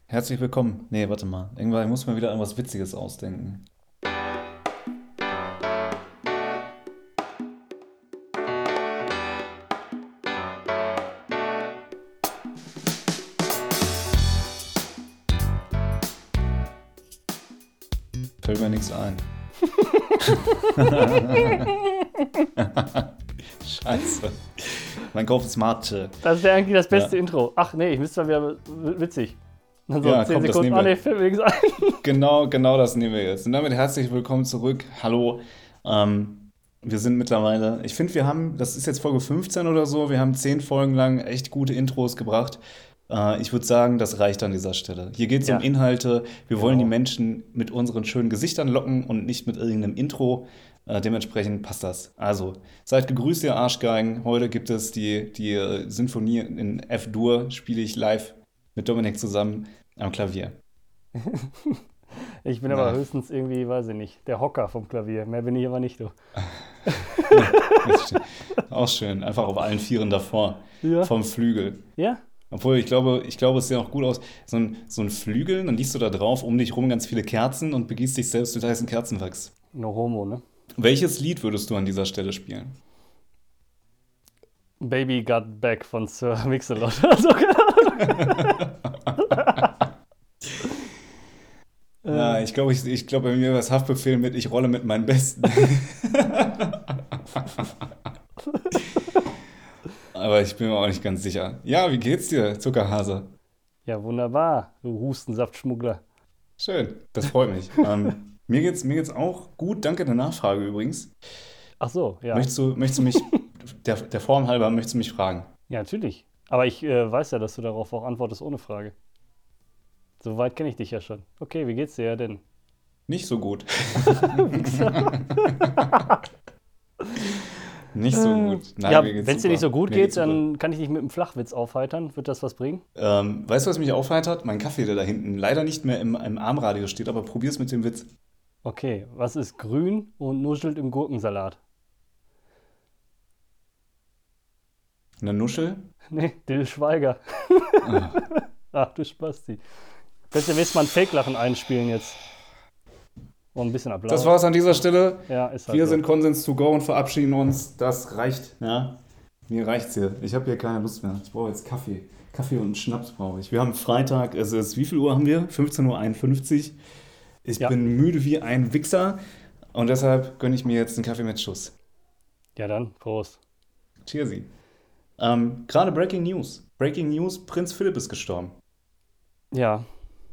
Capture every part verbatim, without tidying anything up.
Herzlich willkommen. Nee, warte mal. Irgendwann muss man wieder irgendwas Witziges ausdenken. Fällt mir nichts ein. Scheiße. Mein Kopf ist Mathe. Das wäre eigentlich das beste Ja. Intro. Ach nee, ich müsste mal wieder w- witzig. Dann so Ja, zehn komm, das Sekunden. nehmen Ah wir. nee, fällt mir nichts ein. Genau, genau das nehmen wir jetzt. Und damit herzlich willkommen zurück. Hallo. Ähm, wir sind mittlerweile, ich finde, wir haben, das ist jetzt Folge fünfzehn oder so, wir haben zehn Folgen lang echt gute Intros gebracht. Äh, ich würde sagen, das reicht an dieser Stelle. Hier geht es um Ja, Inhalte. Wir wollen die genau. Menschen mit unseren schönen Gesichtern locken und nicht mit irgendeinem Intro. Äh, dementsprechend passt das. Also, seid gegrüßt, ihr Arschgeigen. Heute gibt es die, die äh, Sinfonie in F-Dur, spiele ich live mit Dominik zusammen am Klavier. Ich bin aber Na, höchstens irgendwie, weiß ich nicht, der Hocker vom Klavier. Mehr bin ich aber nicht, du. das stimmt. Auch schön. Einfach auf allen Vieren davor. Ja? Vom Flügel. Ja? Obwohl, ich glaube, ich glaube, es sieht auch gut aus. So ein, so ein Flügel, dann liegst du da drauf, um dich rum ganz viele Kerzen und begießt dich selbst mit heißem Kerzenwachs. No homo, ne? Welches Lied würdest du an dieser Stelle spielen? Baby Got Back von Sir Mix-a-Lot. Also, Ja, äh, ich glaube, ich, ich glaube, bei mir wäre das Haftbefehl mit Ich rolle mit meinen Besten. Aber ich bin mir auch nicht ganz sicher. Ja, wie geht's dir, Zuckerhase? ja, wunderbar, du Hustensaftschmuggler. Schön, das freut mich. Ähm, mir geht's, mir geht's auch gut. Danke der Nachfrage übrigens. Ach so, ja. Möchtest du, möchtest du mich, der, der Form halber, möchtest du mich fragen? Ja, natürlich. Aber ich äh, weiß ja, dass du darauf auch antwortest ohne Frage. So weit kenne ich dich ja schon. Okay, wie geht's dir ja denn? Nicht so gut. Wichser. Nicht so gut. Nein, Ja, mir geht's wenn es dir nicht super. so gut Mir geht's geht, super. dann kann ich dich mit einem Flachwitz aufheitern. Wird das was bringen? Ähm, weißt du, was mich aufheitert? Mein Kaffee, der da hinten leider nicht mehr im, im Armradio steht, aber probier's mit dem Witz. Okay, was ist grün und nuschelt im Gurkensalat? Eine Nuschel? Nee, Dill Schweiger. Ah. Ach du Spasti. Könntest du nächstes Mal ein Fake-Lachen einspielen jetzt? Und ein bisschen Das Applaus. war's an dieser Stelle. Ja, ist halt Wir so. sind Konsens to go und verabschieden uns. Das reicht. Ja, mir reicht's hier. Ich habe hier keine Lust mehr. Ich brauche jetzt Kaffee. Kaffee und einen Schnaps brauche ich. Wir haben Freitag, es ist, wie viel Uhr haben wir? fünfzehn Uhr einundfünfzig. Ich Ja, bin müde wie ein Wichser und deshalb gönne ich mir jetzt einen Kaffee mit Schuss. ja dann, Prost. Cheersy. Ähm, gerade Breaking News. Breaking News, Prinz Philipp ist gestorben. Ja,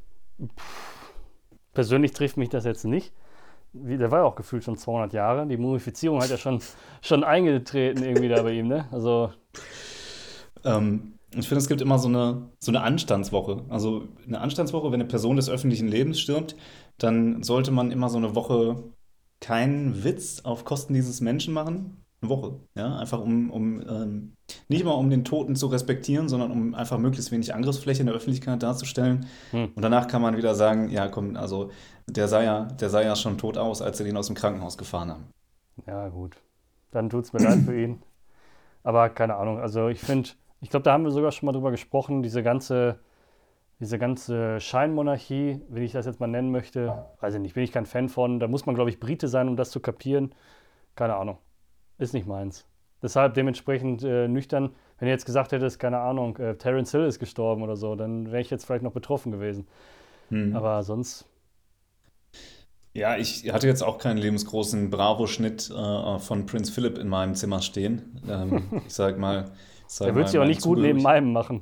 persönlich trifft mich das jetzt nicht. Wie, der war ja auch gefühlt schon zweihundert Jahre. Die Mumifizierung hat ja schon, schon eingetreten irgendwie da bei ihm, ne? Also, Ähm, ich finde, es gibt immer so eine, so eine Anstandswoche. Also eine Anstandswoche, wenn eine Person des öffentlichen Lebens stirbt, dann sollte man immer so eine Woche keinen Witz auf Kosten dieses Menschen machen. Eine Woche, ja, einfach um, um ähm, nicht mal um den Toten zu respektieren, sondern um einfach möglichst wenig Angriffsfläche in der Öffentlichkeit darzustellen. hm, Und danach kann man wieder sagen, ja, komm, also der sah ja, der sah ja schon tot aus, als sie den aus dem Krankenhaus gefahren haben. ja gut. Dann tut's mir leid für ihn. Aber keine Ahnung, also ich finde, ich glaube, da haben wir sogar schon mal drüber gesprochen, diese ganze, diese ganze Scheinmonarchie, wenn ich das jetzt mal nennen möchte, weiß ich nicht, bin ich kein Fan von. Da muss man, glaube ich, Brite sein, um das zu kapieren. Keine Ahnung, ist nicht meins. Deshalb dementsprechend äh, nüchtern, wenn du jetzt gesagt hättest, keine Ahnung, äh, Terence Hill ist gestorben oder so, dann wäre ich jetzt vielleicht noch betroffen gewesen. Hm. Aber sonst, Ja, ich hatte jetzt auch keinen lebensgroßen Bravo-Schnitt äh, von Prinz Philipp in meinem Zimmer stehen. Ähm, ich sag mal, ich sag der wird mal sich auch meinen nicht gut neben Zugehörigen. meinem machen.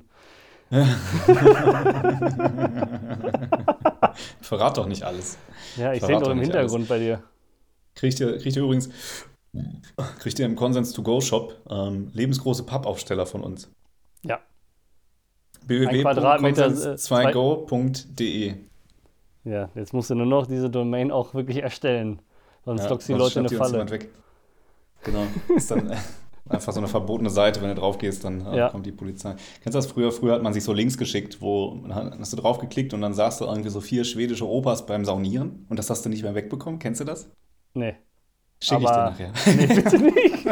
Verrat doch nicht alles. Ja, ich sehe ihn Verrat doch doch im nicht alles. Hintergrund bei dir. Kriegt ihr, kriegt ihr übrigens, kriegt ihr im Konsens to go Shop ähm, lebensgroße Pappaufsteller von uns. Ja, ein w w w Punkt Quadratmeter, konsens äh, zwei zwei. go Punkt de. Ja, jetzt musst du nur noch diese Domain auch wirklich erstellen. Sonst Ja, lockst du die sonst Leute in schnappt eine die uns Falle. jemand weg. Genau. Ist dann äh, einfach so eine verbotene Seite, wenn du drauf gehst, dann äh, Ja, kommt die Polizei. Kennst du das früher? Früher hat man sich so Links geschickt, wo dann hast du drauf geklickt und dann sahst du irgendwie so vier schwedische Opas beim Saunieren und das hast du nicht mehr wegbekommen. Kennst du das? nee. Schicke ich dir Aber, nachher. nee, bitte nicht.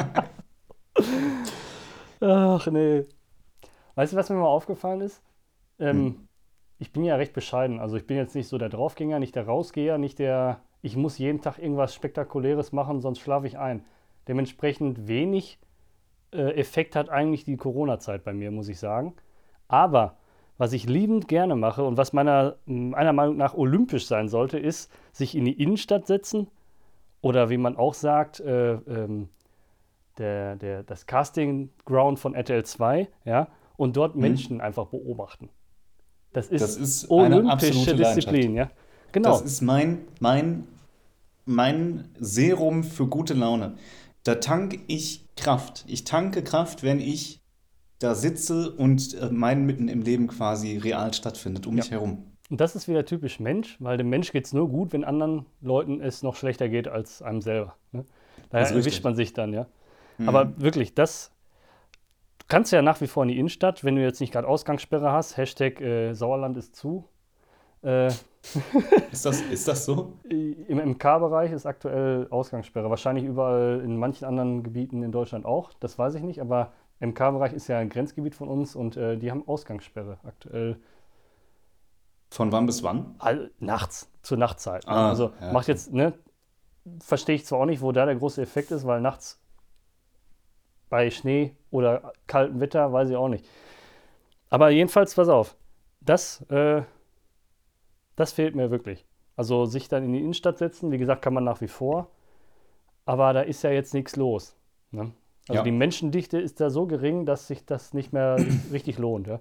Ach nee. Weißt du, was mir mal aufgefallen ist? ähm, Hm. ich bin ja recht bescheiden. Also ich bin jetzt nicht so der Draufgänger, nicht der Rausgeher, nicht der, ich muss jeden Tag irgendwas Spektakuläres machen, sonst schlafe ich ein. Dementsprechend wenig äh, Effekt hat eigentlich die Corona-Zeit bei mir, muss ich sagen. Aber was ich liebend gerne mache und was meiner, meiner Meinung nach olympisch sein sollte, ist, sich in die Innenstadt setzen oder wie man auch sagt, äh, ähm, der, der, das Casting Ground von R T L zwei, ja, und dort Hm? Menschen einfach beobachten. Das Das ist ist eine olympische absolute Leidenschaft. Disziplin, ja. Das Genau. ist mein, mein, mein Serum für gute Laune. Da tanke ich Kraft. Ich tanke Kraft, wenn ich da sitze und äh, mein Mitten im Leben quasi real stattfindet, um Ja. mich herum. Und das ist wieder typisch Mensch, weil dem Mensch geht es nur gut, wenn anderen Leuten es noch schlechter geht als einem selber. Ne? Das Daher ist erwischt richtig. man sich dann, ja. Aber Mhm. wirklich, das du kannst ja nach wie vor in die Innenstadt, wenn du jetzt nicht gerade Ausgangssperre hast. Hashtag äh, Sauerland ist zu. Äh, Ist das, ist das so? Im M K-Bereich ist aktuell Ausgangssperre. Wahrscheinlich überall in manchen anderen Gebieten in Deutschland auch. Das weiß ich nicht. Aber M K-Bereich ist ja ein Grenzgebiet von uns und äh, die haben Ausgangssperre aktuell. Von wann bis wann? All, nachts, zur Nachtzeit. Ne? Ah, Also ja, macht okay. jetzt, ne, verstehe ich zwar auch nicht, wo da der große Effekt ist, weil nachts bei Schnee oder kaltem Wetter, weiß ich auch nicht. Aber jedenfalls, pass auf, das, äh, das fehlt mir wirklich. Also sich dann in die Innenstadt setzen, wie gesagt, kann man nach wie vor, aber da ist ja jetzt nichts los. Ne? Also die Ja. Menschendichte ist da so gering, dass sich das nicht mehr richtig lohnt. Ja?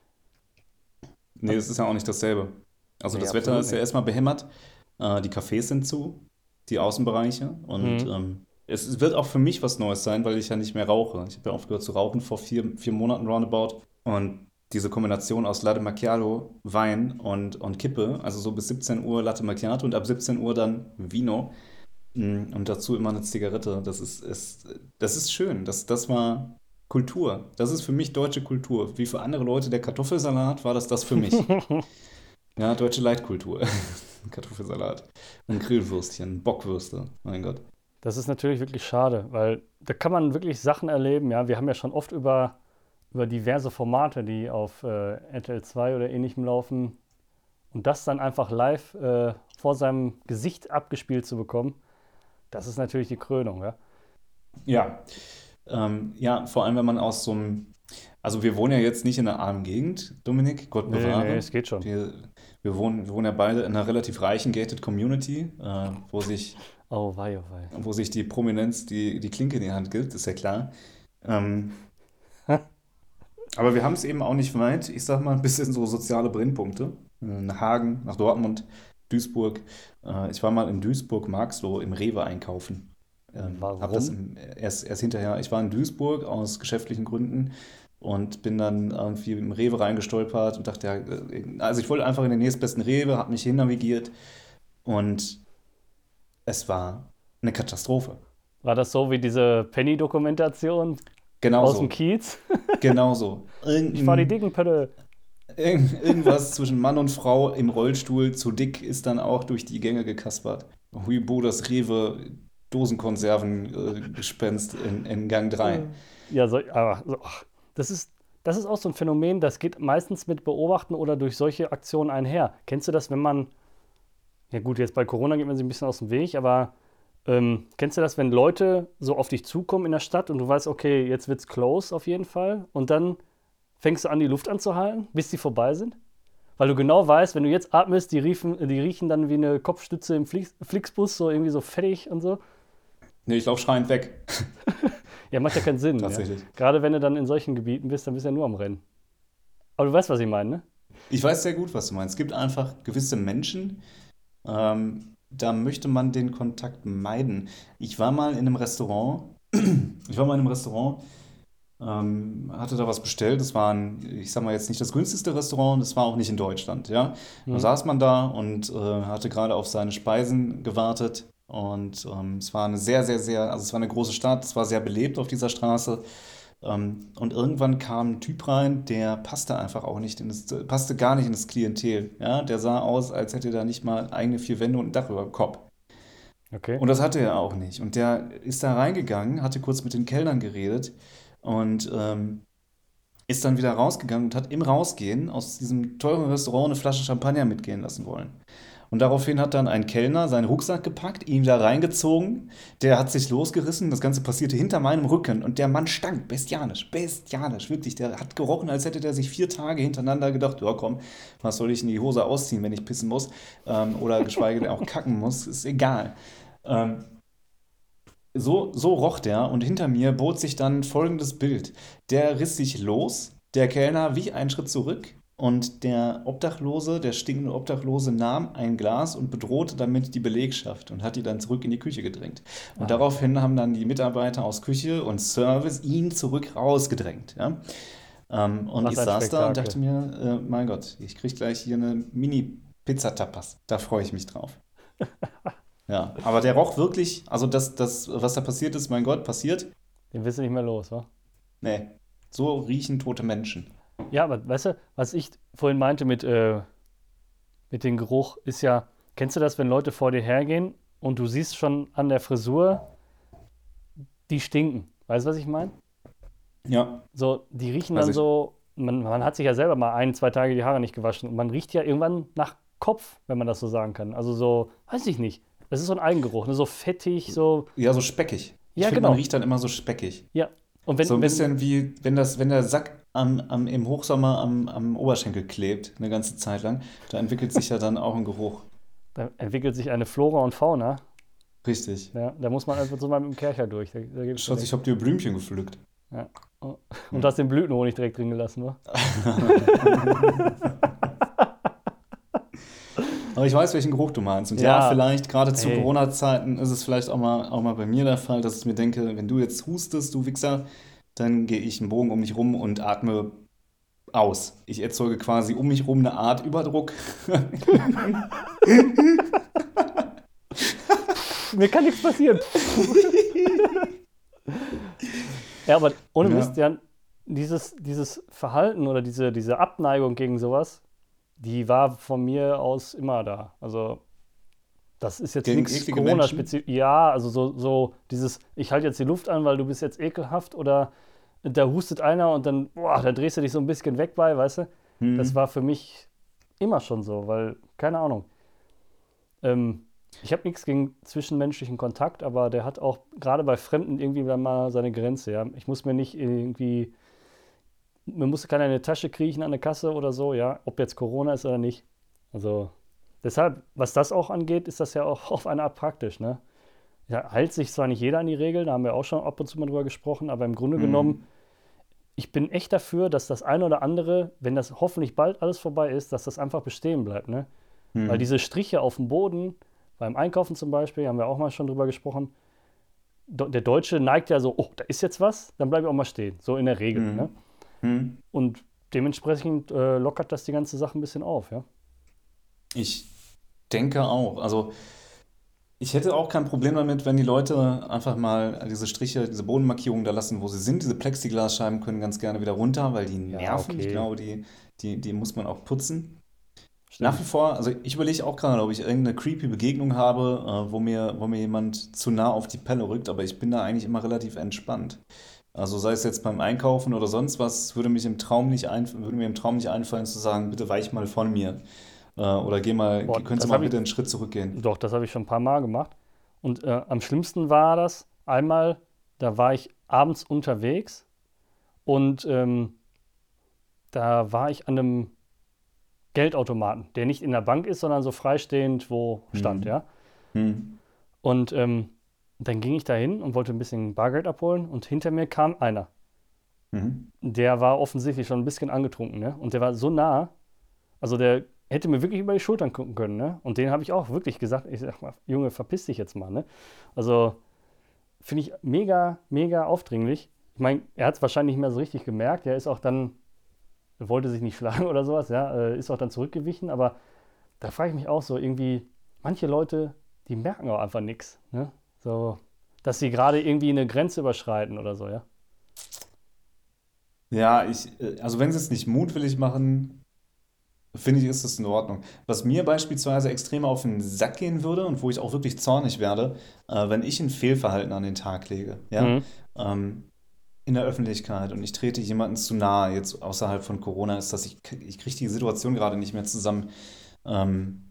Nee, das ist ja auch nicht dasselbe. Also Nee, das Wetter absolut ist ja nicht. erstmal behämmert. Äh, die Cafés sind zu, die Außenbereiche. Und Mhm. ähm, es es wird auch für mich was Neues sein, weil ich ja nicht mehr rauche. Ich habe ja aufgehört zu rauchen vor vier, vier Monaten roundabout. Und diese Kombination aus Latte Macchiato, Wein und, und Kippe, also so bis siebzehn Uhr Latte Macchiato und ab siebzehn Uhr dann Vino. Mm, Und dazu immer eine Zigarette. Das ist, ist, das ist schön. Das, das war Kultur. Das ist für mich deutsche Kultur. Wie für andere Leute der Kartoffelsalat war das das für mich. Ja, deutsche Leitkultur. Kartoffelsalat. Und Grillwürstchen, Bockwürste. Mein Gott. Das ist natürlich wirklich schade, weil da kann man wirklich Sachen erleben. Ja, wir haben ja schon oft über, über diverse Formate, die auf äh, R T L zwei oder ähnlichem laufen, und das dann einfach live äh, vor seinem Gesicht abgespielt zu bekommen, das ist natürlich die Krönung. Ja, Ja. Ähm, ja, vor allem, wenn man aus so einem. Also, wir wohnen ja jetzt nicht in einer armen Gegend, Dominik, Gott nee, nee, bewahre. es geht schon. Wir, wir, wohnen, wir wohnen ja beide in einer relativ reichen Gated Community, äh, wo sich, Oh wei, oh wei. wo sich die Prominenz die, die Klinke in die Hand gibt, ist ja klar. Ähm, Aber wir haben es eben auch nicht weit. Ich sag mal, bis in so soziale Brennpunkte. Äh, Nach Hagen, nach Dortmund, Duisburg. Äh, Ich war mal in Duisburg-Marxloh im Rewe einkaufen. Ähm, hab das Warum? im, erst, erst hinterher. Ich war in Duisburg aus geschäftlichen Gründen und bin dann irgendwie im Rewe reingestolpert und dachte, ja, äh, also ich wollte einfach in den nächstbesten Rewe, hab mich hinnavigiert und es war eine Katastrophe. War das so wie diese Penny-Dokumentation aus dem Genauso, Kiez? genauso. Ich fahre die Irgendein dicken Pötte. Irgend- Irgendwas zwischen Mann und Frau im Rollstuhl zu dick ist dann auch durch die Gänge gekaspert. Huibo, das Rewe Dosenkonserven-Gespenst in, in Gang drei. Ja, so, aber, so, ach, das ist, das ist auch so ein Phänomen, das geht meistens mit Beobachten oder durch solche Aktionen einher. Kennst du das, wenn man, ja gut, jetzt bei Corona geht man sich ein bisschen aus dem Weg, aber ähm, kennst du das, wenn Leute so auf dich zukommen in der Stadt und du weißt, okay, jetzt wird's close auf jeden Fall und dann fängst du an, die Luft anzuhalten, bis die vorbei sind? Weil du genau weißt, wenn du jetzt atmest, die, riefen, die riechen dann wie eine Kopfstütze im Flix, Flixbus, so irgendwie so fettig und so. Nee, ich lauf schreiend weg. Ja, macht ja keinen Sinn, ja. Tatsächlich. Gerade wenn du dann in solchen Gebieten bist, dann bist du ja nur am Rennen. Aber du weißt, was ich meine, ne? Ich weiß sehr gut, was du meinst. Es gibt einfach gewisse Menschen, ähm, da möchte man den Kontakt meiden. Ich war mal in einem Restaurant, ich war mal in einem Restaurant, ähm, hatte da was bestellt. Das war ein, ich sag mal jetzt nicht das günstigste Restaurant, das war auch nicht in Deutschland, ja. Dann Hm. saß man da und äh, hatte gerade auf seine Speisen gewartet. Und ähm, es war eine sehr, sehr, sehr, also es war eine große Stadt, es war sehr belebt auf dieser Straße. Ähm, und irgendwann kam ein Typ rein, der passte einfach auch nicht in das, passte gar nicht in das Klientel. Ja, der sah aus, als hätte er da nicht mal eigene vier Wände und ein Dach über dem Kopf. Okay. Und das hatte er auch nicht. Und der ist da reingegangen, hatte kurz mit den Kellnern geredet und ähm, ist dann wieder rausgegangen und hat im Rausgehen aus diesem teuren Restaurant eine Flasche Champagner mitgehen lassen wollen. Und daraufhin hat dann ein Kellner seinen Rucksack gepackt, ihn da reingezogen, der hat sich losgerissen, das Ganze passierte hinter meinem Rücken und der Mann stank, bestialisch, bestialisch, wirklich, der hat gerochen, als hätte der sich vier Tage hintereinander gedacht, ja komm, was soll ich in die Hose ausziehen, wenn ich pissen muss, ähm, oder geschweige denn auch kacken muss, ist egal. Ähm, so, so roch der und hinter mir bot sich dann folgendes Bild. Der riss sich los, der Kellner wich einen Schritt zurück und der Obdachlose, der stinkende Obdachlose nahm ein Glas und bedrohte damit die Belegschaft und hat die dann zurück in die Küche gedrängt. Und Alter. daraufhin haben dann die Mitarbeiter aus Küche und Service ihn zurück rausgedrängt. Ja? Ähm, und Was ich ein saß da und Spektakel. dachte mir, äh, mein Gott, ich krieg gleich hier eine Mini-Pizza-Tapas. Da freue ich mich drauf. Ja, aber der roch wirklich, also das, das, was da passiert ist, mein Gott, passiert. Den wirst du nicht mehr los, wa? Nee, so riechen tote Menschen. Ja, aber weißt du, was ich vorhin meinte mit, äh, mit dem Geruch, ist ja, kennst du das, wenn Leute vor dir hergehen und du siehst schon an der Frisur, die stinken. Weißt du, was ich meine? Ja, So, die riechen weiß dann ich. so, man, man hat sich ja selber mal ein, zwei Tage die Haare nicht gewaschen und man riecht ja irgendwann nach Kopf, wenn man das so sagen kann. Also so, weiß ich nicht. Das ist so ein Eigengeruch, ne? So fettig, so, Ja, so speckig. Ich ja, finde, man genau. riecht dann immer so speckig. Ja. Und So wenn, ein wenn, bisschen wie, wenn das, wenn der Sack am, am, im Hochsommer am, am Oberschenkel klebt, eine ganze Zeit lang, da entwickelt sich ja dann auch ein Geruch. da entwickelt sich eine Flora und Fauna, Richtig. ja, da muss man einfach so mal mit dem Kercher durch. Da, da gebe ich dir Schatz, recht. ich hab dir Blümchen gepflückt. Ja. Und Hm. du hast den Blütenhonig direkt drin gelassen, wa? Aber ich weiß, welchen Geruch du meinst. Und ja, Ja, vielleicht gerade zu ey. Corona-Zeiten ist es vielleicht auch mal, auch mal bei mir der Fall, dass ich mir denke, wenn du jetzt hustest, du Wichser, dann gehe ich einen Bogen um mich rum und atme aus. Ich erzeuge quasi um mich rum eine Art Überdruck. Mir kann nichts passieren. Ja, aber ohne Mist, Ja. ja, dieses, dieses Verhalten oder diese, diese Abneigung gegen sowas, die war von mir aus immer da. Also, das ist jetzt Gegen nichts eklige Menschen. Corona-spezifisch. Ja, also so, so dieses, ich halte jetzt die Luft an, weil du bist jetzt ekelhaft oder da hustet einer und dann, boah, da drehst du dich so ein bisschen weg bei, weißt du? Das Hm. war für mich immer schon so, weil, keine Ahnung. Ähm, ich habe nichts gegen zwischenmenschlichen Kontakt, aber der hat auch gerade bei Fremden irgendwie dann mal seine Grenze. Ja? Ich muss mir nicht irgendwie, mir muss keiner in die Tasche kriechen an der Kasse oder so, ja, ob jetzt Corona ist oder nicht. Also deshalb, was das auch angeht, ist das ja auch auf eine Art praktisch, ne? Ja, hält sich zwar nicht jeder an die Regeln, da haben wir auch schon ab und zu mal drüber gesprochen, aber im Grunde Hm. genommen, ich bin echt dafür, dass das eine oder andere, wenn das hoffentlich bald alles vorbei ist, dass das einfach bestehen bleibt, ne? Weil Hm. diese Striche auf dem Boden, beim Einkaufen zum Beispiel, haben wir auch mal schon drüber gesprochen, do- der Deutsche neigt ja so, oh, da ist jetzt was, dann bleibe ich auch mal stehen, so in der Regel, ne? Hm. Hm. Und dementsprechend äh, lockert das die ganze Sache ein bisschen auf, ja? Ich denke auch. Also ich hätte auch kein Problem damit, wenn die Leute einfach mal diese Striche, diese Bodenmarkierungen da lassen, wo sie sind. Diese Plexiglasscheiben können ganz gerne wieder runter, weil die Ja, nerven. Ich okay, glaube, die, die, die muss man auch putzen. Nach wie stimmt. vor, also ich überlege auch gerade, ob ich irgendeine creepy Begegnung habe, äh, wo mir, wo mir jemand zu nah auf die Pelle rückt, aber ich bin da eigentlich immer relativ entspannt. Also sei es jetzt beim Einkaufen oder sonst was, würde mich im Traum nicht einf würde mir im Traum nicht einfallen zu sagen, bitte weich mal von mir. Äh, oder geh mal, Boah, geh- könntest du das mal habe ich, bitte einen Schritt zurückgehen. doch, das habe ich schon ein paar Mal gemacht. Und äh, am schlimmsten war das einmal, da war ich abends unterwegs und ähm, da war ich an einem Geldautomaten, der nicht in der Bank ist, sondern so freistehend, wo stand, Hm. ja. Hm. Und ähm, dann ging ich da hin und wollte ein bisschen Bargeld abholen und hinter mir kam einer. Mhm. Der war offensichtlich schon ein bisschen angetrunken, ne? Und der war so nah, also der hätte mir wirklich über die Schultern gucken können, ne? Und den habe ich auch wirklich gesagt, ich sag mal, Junge, verpiss dich jetzt mal, ne? Also finde ich mega, mega aufdringlich. Ich meine, er hat es wahrscheinlich nicht mehr so richtig gemerkt. Er ist auch dann, er wollte sich nicht schlagen oder sowas, ja, äh, ist auch dann zurückgewichen, aber da frage ich mich auch so irgendwie, manche Leute, die merken auch einfach nichts, ne? So, dass sie gerade irgendwie eine Grenze überschreiten oder so, ja. Ja, ich, äh, also wenn sie es nicht mutwillig machen, finde ich, ist das in Ordnung. Was mir beispielsweise extrem auf den Sack gehen würde und wo ich auch wirklich zornig werde, äh, wenn ich ein Fehlverhalten an den Tag lege, ja, Mhm. ähm, in der Öffentlichkeit und ich trete jemandem zu nahe, jetzt außerhalb von Corona, ist, dass ich, ich kriege die Situation gerade nicht mehr zusammen. Ähm,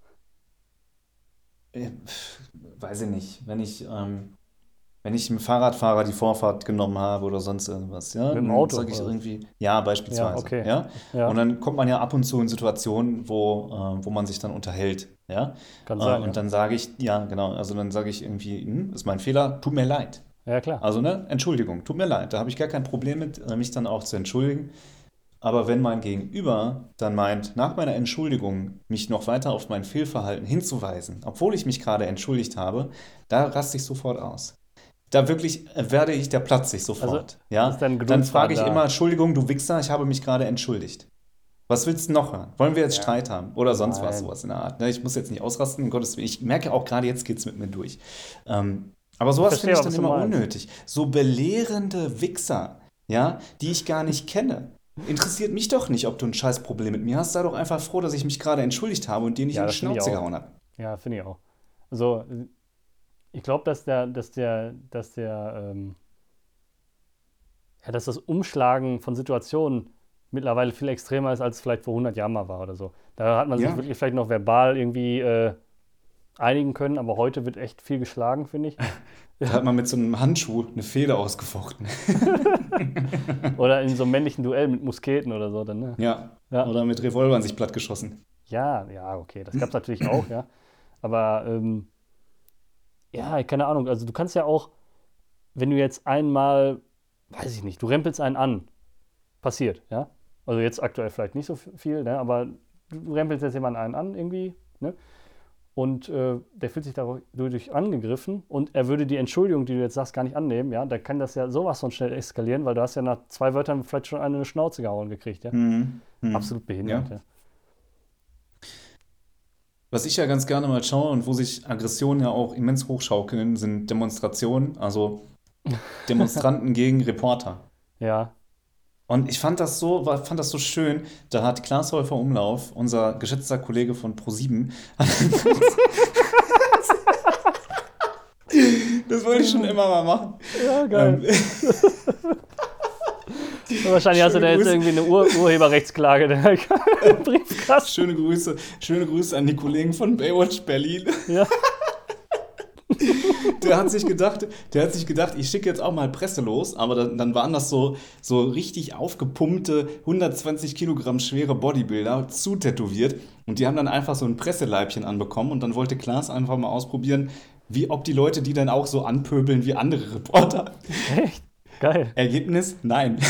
äh, Weiß ich nicht, wenn ich, ähm, wenn ich einem Fahrradfahrer die Vorfahrt genommen habe oder sonst irgendwas, ja, Mit dem dann Auto, sage ich oder? irgendwie, ja, Ja, beispielsweise, okay. ja. Und Ja, dann kommt man ja ab und zu in Situationen, wo, äh, wo man sich dann unterhält, ja. kann Äh, sein, und ja. dann sage ich, ja, genau, also dann sage ich irgendwie, hm, ist mein Fehler, tut mir leid. Ja, klar. Also, ne, Entschuldigung, tut mir leid, da habe ich gar kein Problem mit, äh, mich dann auch zu entschuldigen. Aber wenn mein Gegenüber dann meint, nach meiner Entschuldigung mich noch weiter auf mein Fehlverhalten hinzuweisen, obwohl ich mich gerade entschuldigt habe, da raste ich sofort aus. Da wirklich äh, werde ich, da platze ich Also sofort. Ja? ist dein Dann frage Geduldsfaden ich immer, da. Entschuldigung, du Wichser, ich habe mich gerade entschuldigt. Was willst du noch hören? Wollen wir jetzt Ja, Streit haben? Oder sonst was, nein. sowas in der Art. Ne, ich muss jetzt nicht ausrasten, um Gottes Willen. Ich merke auch gerade, jetzt geht es mit mir durch. Ähm, aber Ich sowas finde verstehe ich aber, dann was du immer meinst. unnötig. So belehrende Wichser, ja, die ich gar nicht kenne. Interessiert mich doch nicht, ob du ein Scheißproblem mit mir hast. Sei doch einfach froh, dass ich mich gerade entschuldigt habe und dir nicht Ja, in die das finde ich Schnauze auch. gehauen habe. Ja, finde ich auch. Also, ich glaube, dass der, dass der, dass der, ähm, ja, dass das Umschlagen von Situationen mittlerweile viel extremer ist, als es vielleicht vor hundert Jahren mal war oder so. Da hat man sich Ja, wirklich vielleicht noch verbal irgendwie äh, einigen können, aber heute wird echt viel geschlagen, finde ich. da hat man mit so einem Handschuh eine Fehde ausgefochten. Oder in so einem männlichen Duell mit Musketen oder so dann, ne? Ja, Ja, oder mit Revolvern sich plattgeschossen. ja, ja, okay, das gab es natürlich auch, ja. Aber ähm, ja, keine Ahnung, also du kannst ja auch, wenn du jetzt einmal, weiß ich nicht, du rempelst einen an, passiert, ja. Also jetzt aktuell vielleicht nicht so viel, ne? Aber du rempelst jetzt jemanden einen an irgendwie, ne? Und äh, der fühlt sich dadurch angegriffen und er würde die Entschuldigung, die du jetzt sagst, gar nicht annehmen, ja, dann kann das ja sowas von schnell eskalieren, weil du hast ja nach zwei Wörtern vielleicht schon eine Schnauze gehauen gekriegt, ja. Hm, hm. Absolut behindert, Ja. ja. Was ich ja ganz gerne mal schaue und wo sich Aggressionen ja auch immens hochschaukeln, sind Demonstrationen, also Demonstranten gegen Reporter. Ja, Und ich fand das so, war, fand das so schön, da hat Klaas Häufer Umlauf, unser geschätzter Kollege von ProSieben, das wollte ich schon immer mal machen. ja, Ähm, geil. Wahrscheinlich hast du schöne da jetzt Grüße, irgendwie eine Ur Urheberrechtsklage im Briefkasten. schöne Grüße, schöne Grüße an die Kollegen von Baywatch Berlin. Ja, Der hat sich gedacht, der hat sich gedacht, ich schicke jetzt auch mal Presse los, aber dann, dann waren das so, so richtig aufgepumpte, hundertzwanzig Kilogramm schwere Bodybuilder, zutätowiert und die haben dann einfach so ein Presseleibchen anbekommen und dann wollte Klaas einfach mal ausprobieren, wie ob die Leute die dann auch so anpöbeln wie andere Reporter. echt? Geil. Ergebnis? Nein.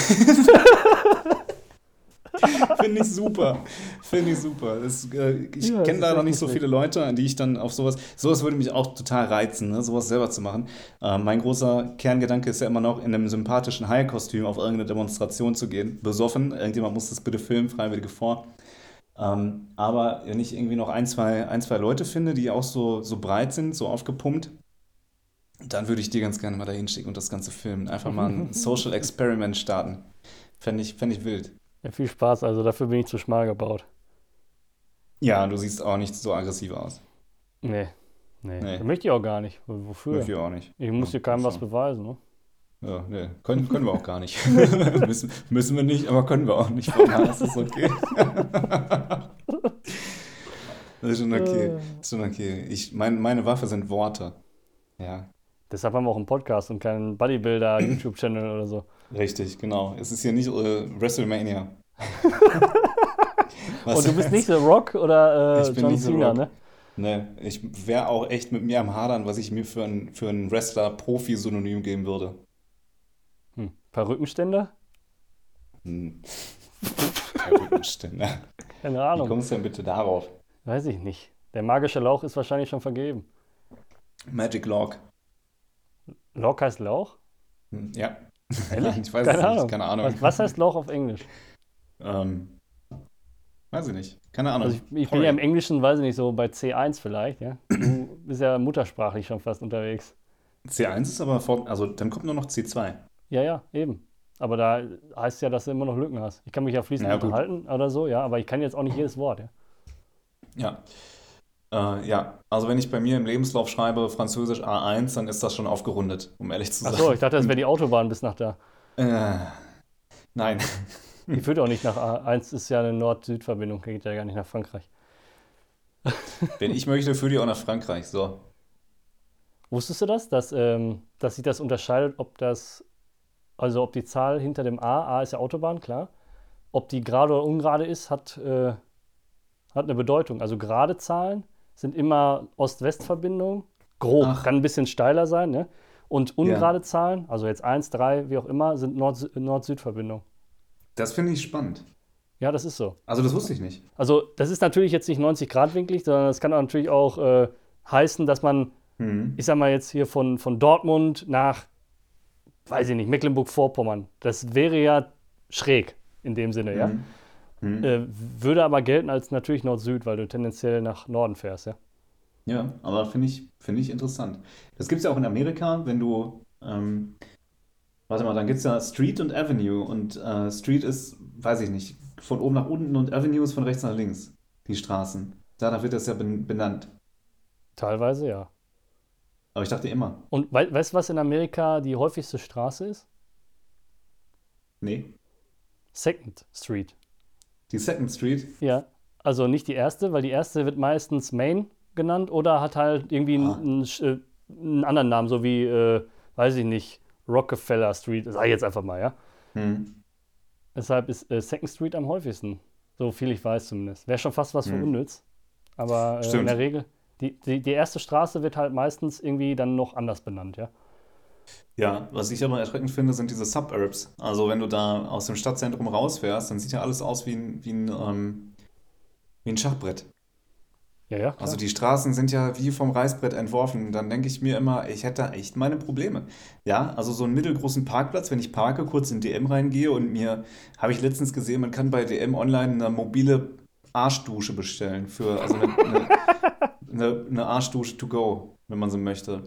Finde ich super. Finde ich super. Das, äh, ich Ja, das kenne ist leider noch echt nicht so lustig. viele Leute, an die ich dann auf sowas. Sowas würde mich auch total reizen, ne? Sowas selber zu machen. Äh, mein großer Kerngedanke ist ja immer noch, in einem sympathischen Haie-Kostüm auf irgendeine Demonstration zu gehen. Besoffen. Irgendjemand muss das bitte filmen, Freiwillige vor. Ähm, aber wenn ich irgendwie noch ein, zwei, ein, zwei Leute finde, die auch so, so breit sind, so aufgepumpt, dann würde ich die ganz gerne mal dahin schicken und das Ganze filmen. Einfach mal ein Social Experiment starten. Fände ich, fänd ich wild. Ja, viel Spaß, also dafür bin ich zu schmal gebaut. Ja, du siehst auch nicht so aggressiv aus. Nee, nee. Nee, Möchte ich auch gar nicht. W- Wofür? möchte ich auch nicht. Ich Ja, muss dir mal keinem was schauen. beweisen, ne? Ja, nee, können, können wir auch gar nicht. müssen, müssen wir nicht, aber können wir auch nicht. Von daher ist das okay. Das ist schon okay. Äh. Das ist schon okay. Ich, mein, meine Waffe sind Worte. Ja, Deshalb haben wir auch einen Podcast und keinen Bodybuilder-YouTube-Channel oder so. richtig, genau. Es ist hier nicht äh, WrestleMania. Und Was du bist nicht heißt? The Rock oder äh, Ich bin John nicht so Cena, Rock. ne? Ne, ich wäre auch echt mit mir am Hadern, was ich mir für einen für einen Wrestler-Profi-Synonym geben würde. Hm. Perückenständer? Hm. Perückenständer. Keine Wie Ahnung. kommst du denn bitte darauf? Weiß ich nicht. Der magische Lauch ist wahrscheinlich schon vergeben. Magic Lock. Lauch heißt Lauch? Hm, ja. Ehrlich? Ich weiß Keine es nicht, Ahnung. keine Ahnung. Was, was heißt Lauch auf Englisch? Ähm, weiß ich nicht. Keine Also Ahnung. ich, ich bin ja im Porridge. Englischen, weiß ich nicht, so bei C eins vielleicht, ja. Du bist ja muttersprachlich schon fast unterwegs. C eins ist aber vor, also dann kommt nur noch C zwei. Ja, ja, eben. Aber da heißt ja, dass du immer noch Lücken hast. Ich kann mich ja fließend Na ja, gut. unterhalten oder so, ja, aber ich kann jetzt auch nicht jedes Wort, ja. Ja. Äh, ja, also wenn ich bei mir im Lebenslauf schreibe Französisch A eins, dann ist das schon aufgerundet, um ehrlich zu Ach so, sein. ich dachte, das wäre Und die Autobahn bis nach da. Äh, nein. Die führt auch nicht nach A eins, ist ja eine Nord-Süd-Verbindung, geht ja gar nicht nach Frankreich. Wenn ich möchte, führe ich auch nach Frankreich. So. Wusstest du das, dass, ähm, dass sich das unterscheidet, ob das, also ob die Zahl hinter dem A, A ist ja Autobahn, klar, ob die gerade oder ungerade ist, hat, äh, hat eine Bedeutung. Also gerade Zahlen sind immer Ost-West-Verbindungen, grob, Ach, kann ein bisschen steiler sein, ne? Und ja. ungerade Zahlen, also jetzt eins, drei, wie auch immer, sind Nord- Nord-Süd-Verbindungen. Das finde ich spannend. Ja, das ist so. Also, das wusste ich nicht. Also das ist natürlich jetzt nicht neunzig Grad winklig, sondern das kann auch natürlich auch äh, heißen, dass man, ich Mhm. sag mal jetzt hier von, von Dortmund nach, weiß ich nicht, Mecklenburg-Vorpommern. Das wäre ja schräg in dem Sinne, ja. Mhm. Mhm. Äh, würde aber gelten als natürlich Nord-Süd, weil du tendenziell nach Norden fährst, ja. Ja, aber finde ich, finde ich interessant. Das gibt es ja auch in Amerika, wenn du, ähm, warte mal, dann gibt es ja Street und Avenue und äh, Street ist, weiß ich nicht, von oben nach unten und Avenue ist von rechts nach links, die Straßen. Danach wird das ja ben benannt. Teilweise ja. Aber ich dachte immer, Und wei weißt du, was in Amerika die häufigste Straße ist? nee, Second Street. die Second Street. Ja. Also nicht die erste, weil die erste wird meistens Main genannt oder hat halt irgendwie Ah, einen, einen, äh, einen anderen Namen, so wie, äh, weiß ich nicht, Rockefeller Street, sag ich jetzt einfach mal, ja. hm, Deshalb ist äh, Second Street am häufigsten. So viel ich weiß zumindest. Wäre schon fast was für hm. unnütz. Aber äh, in Stimmt. der Regel, die, die, die erste Straße wird halt meistens irgendwie dann noch anders benannt, ja. Ja, was ich aber erschreckend finde, sind diese Suburbs. Also wenn du da aus dem Stadtzentrum rausfährst, dann sieht ja alles aus wie ein, wie ein, ähm, wie ein Schachbrett. Ja, ja, Also klar. die Straßen sind ja wie vom Reißbrett entworfen. Dann denke ich mir immer, ich hätte da echt meine Probleme. Ja, also so einen mittelgroßen Parkplatz, wenn ich parke, kurz in D M reingehe und mir, habe ich letztens gesehen, man kann bei D M online eine mobile Arschdusche bestellen. Für, also eine, eine, eine, eine Arschdusche to go, wenn man so möchte.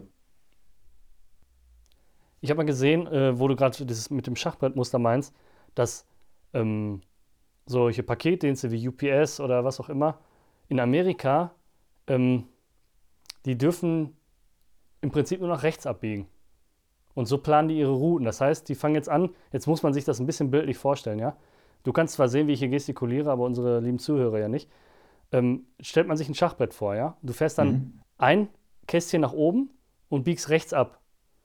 Ich habe mal gesehen, äh, wo du gerade das mit dem Schachbrettmuster meinst, dass ähm, solche Paketdienste wie U P S oder was auch immer in Amerika, ähm, die dürfen im Prinzip nur nach rechts abbiegen. Und so planen die ihre Routen. Das heißt, die fangen jetzt an, jetzt muss man sich das ein bisschen bildlich vorstellen, ja. Du kannst zwar sehen, wie ich hier gestikuliere, aber unsere lieben Zuhörer ja nicht. Ähm, stellt man sich ein Schachbrett vor, ja. Du fährst dann Mhm. ein Kästchen nach oben und biegst rechts ab.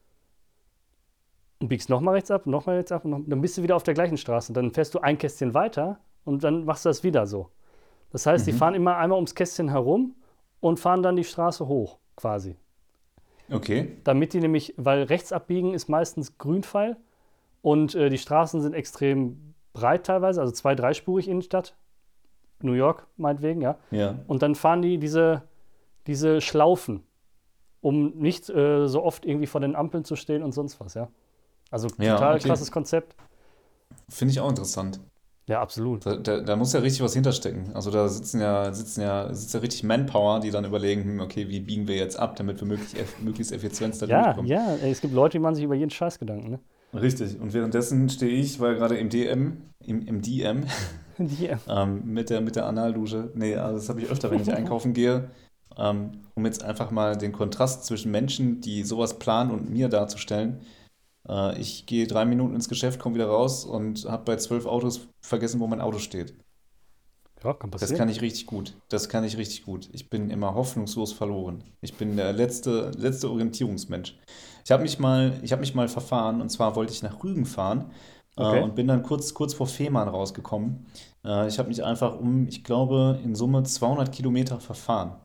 Und biegst nochmal rechts ab, nochmal rechts ab, und noch, dann bist du wieder auf der gleichen Straße. Dann fährst du ein Kästchen weiter und dann machst du das wieder so. Das heißt, die fahren Mhm. immer einmal ums Kästchen herum und fahren dann die Straße hoch, quasi. Okay. Damit die nämlich, weil rechts abbiegen ist meistens Grünpfeil und äh, die Straßen sind extrem breit teilweise, also zwei-, dreispurig Innenstadt, New York meinetwegen, ja. Ja. Und dann fahren die diese, diese Schlaufen, um nicht äh, so oft irgendwie vor den Ampeln zu stehen und sonst was, ja. Also Ja, total okay. krasses Konzept. Finde ich auch interessant. Ja, absolut. Da, da, da muss ja richtig was hinterstecken. Also da sitzen ja, sitzen ja, sitzt ja richtig Manpower, die dann überlegen, hm, okay, wie biegen wir jetzt ab, damit wir möglichst, eff möglichst effizient da Ja, durchkommen. ja, ey, es gibt Leute, die machen sich über jeden Scheiß Gedanken, ne? Richtig. Und währenddessen stehe ich, weil gerade im D M, im, im D M, Die, äh, ähm, mit der, mit der Analdusche, nee, also das habe ich öfter, wenn ich einkaufen gehe, ähm, um jetzt einfach mal den Kontrast zwischen Menschen, die sowas planen und mir darzustellen. Äh, ich gehe drei Minuten ins Geschäft, komme wieder raus und habe bei zwölf Autos vergessen, wo mein Auto steht. ja, kann Das passieren. kann ich richtig gut. Das kann ich richtig gut. Ich bin immer hoffnungslos verloren. Ich bin der letzte, letzte Orientierungsmensch. Ich habe mich mal, ich habe mich mal verfahren und zwar wollte ich nach Rügen fahren äh, Okay. und bin dann kurz, kurz vor Fehmarn rausgekommen. Äh, ich habe mich einfach um, ich glaube, in Summe zweihundert Kilometer verfahren.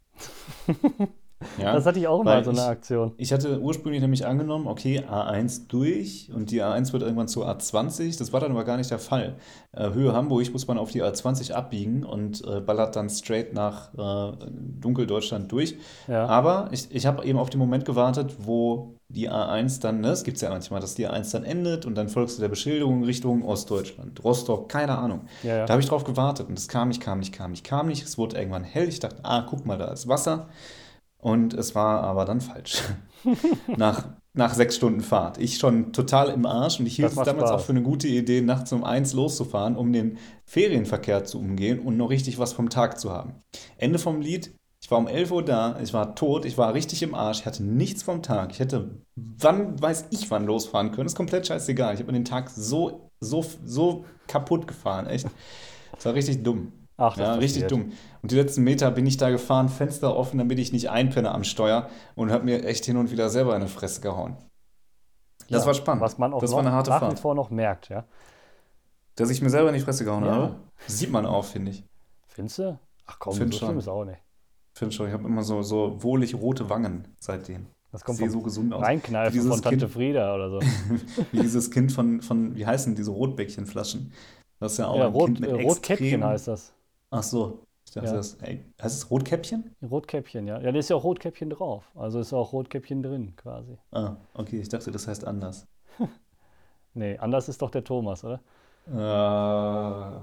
Das Ja, hatte ich auch mal, weil so eine ich, Aktion. ich hatte ursprünglich nämlich angenommen, okay, A eins durch und die A eins wird irgendwann zur A zwanzig. Das war dann aber gar nicht der Fall. Äh, Höhe Hamburg muss man auf die A zwanzig abbiegen und äh, ballert dann straight nach äh, Dunkeldeutschland durch. Ja, Aber ich, ich habe eben auf den Moment gewartet, wo die A eins dann, ne, es gibt ja manchmal, dass die A eins dann endet und dann folgst du der Beschilderung Richtung Ostdeutschland, Rostock, keine Ahnung. ja, ja. Da habe ich drauf gewartet und es kam nicht, kam nicht, kam nicht, kam nicht. Es wurde irgendwann hell. Ich dachte, ah, guck mal, da ist Wasser. Und es war aber dann falsch. Nach, nach sechs Stunden Fahrt. Ich schon total im Arsch und ich hielt Das es macht damals auch für Spaß. eine gute Idee, nachts um eins loszufahren, um den Ferienverkehr zu umgehen und noch richtig was vom Tag zu haben. Ende vom Lied, Ich war um elf Uhr da, ich war tot, ich war richtig im Arsch, ich hatte nichts vom Tag. Ich hätte, wann weiß ich, wann losfahren können. Ist komplett scheißegal. Ich habe mir den Tag so, so, so kaputt gefahren, echt. Das war richtig dumm. Ach, das Ja, richtig passiert. dumm. Und die letzten Meter bin ich da gefahren, Fenster offen, damit ich nicht einpenne am Steuer und habe mir echt hin und wieder selber in die Fresse gehauen. Das war Ja, spannend. was man auch Das war eine noch harte nach wie Fahrt. vor noch merkt, ja. Dass ich mir selber in die Fresse gehauen Ja, habe, sieht man auch, finde ich. findest du? Ach komm, Finde so schlimm schon. ist auch nicht. Finde schon. Ich habe immer so, so wohlig rote Wangen seitdem. Das Ich kommt sehe vom so gesund aus. Wie Reinkneifen von dieses Tante Kind, Frieda oder so. wie dieses Kind von, von, wie heißen diese Rotbäckchenflaschen? Das ist ja auch Ja, ein Kind Rot, äh, mit Rotkäppchen heißt extrem. das. Ach so. Ich dachte, Ja, das, ey, heißt es Rotkäppchen? Rotkäppchen, ja. Ja, da ist ja auch Rotkäppchen drauf. Also ist auch Rotkäppchen drin, quasi. Ah, okay. Ich dachte, das heißt anders. Nee, anders ist doch der Thomas, oder? Äh,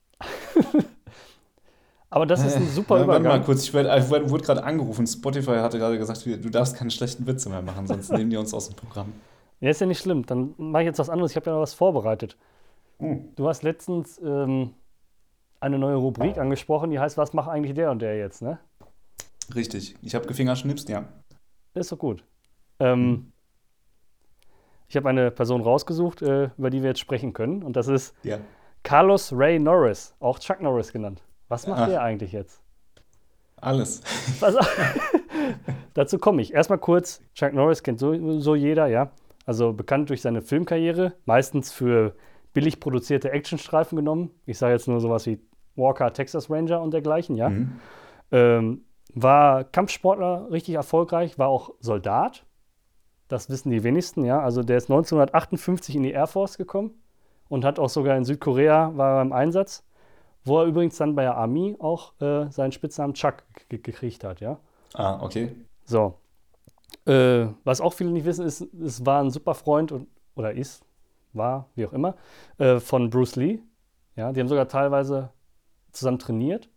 Aber das ist Hä? ein super Ja, warte mal Übergang. kurz, ich, werd, ich werd, wurde gerade angerufen. Spotify hatte gerade gesagt, wir- du darfst keine schlechten Witze mehr machen, sonst nehmen die uns aus dem Programm. Ja, ist ja nicht schlimm. Dann mache ich jetzt was anderes. Ich habe ja noch was vorbereitet. Oh, Du hast letztens ähm, eine neue Rubrik angesprochen, die heißt, was macht eigentlich der und der jetzt, ne? richtig. Ich habe gefingerschnipst, ja. Ist doch gut. Hm? Ähm, ich habe eine Person rausgesucht, äh, über die wir jetzt sprechen können. Und das ist Ja. Carlos Ray Norris, auch Chuck Norris genannt. Was macht Ach, der eigentlich jetzt? alles. Was, dazu komme ich. Erstmal kurz, Chuck Norris kennt sowieso jeder, ja. Also bekannt durch seine Filmkarriere, meistens für billig produzierte Actionstreifen genommen. Ich sage jetzt nur sowas wie Walker, Texas Ranger und dergleichen, ja. Hm? Ähm, war Kampfsportler, richtig erfolgreich, war auch Soldat. Das wissen die wenigsten, ja. Also der ist neunzehnhundertachtundfünfzig in die Air Force gekommen und hat auch sogar in Südkorea war er im Einsatz, wo er übrigens dann bei der Army auch äh, seinen Spitznamen Chuck ge- gekriegt hat, ja. Ah, okay. So. Äh, was auch viele nicht wissen, ist, es war ein super Freund und, oder ist, war, wie auch immer, äh, von Bruce Lee. Ja, die haben sogar teilweise zusammen trainiert.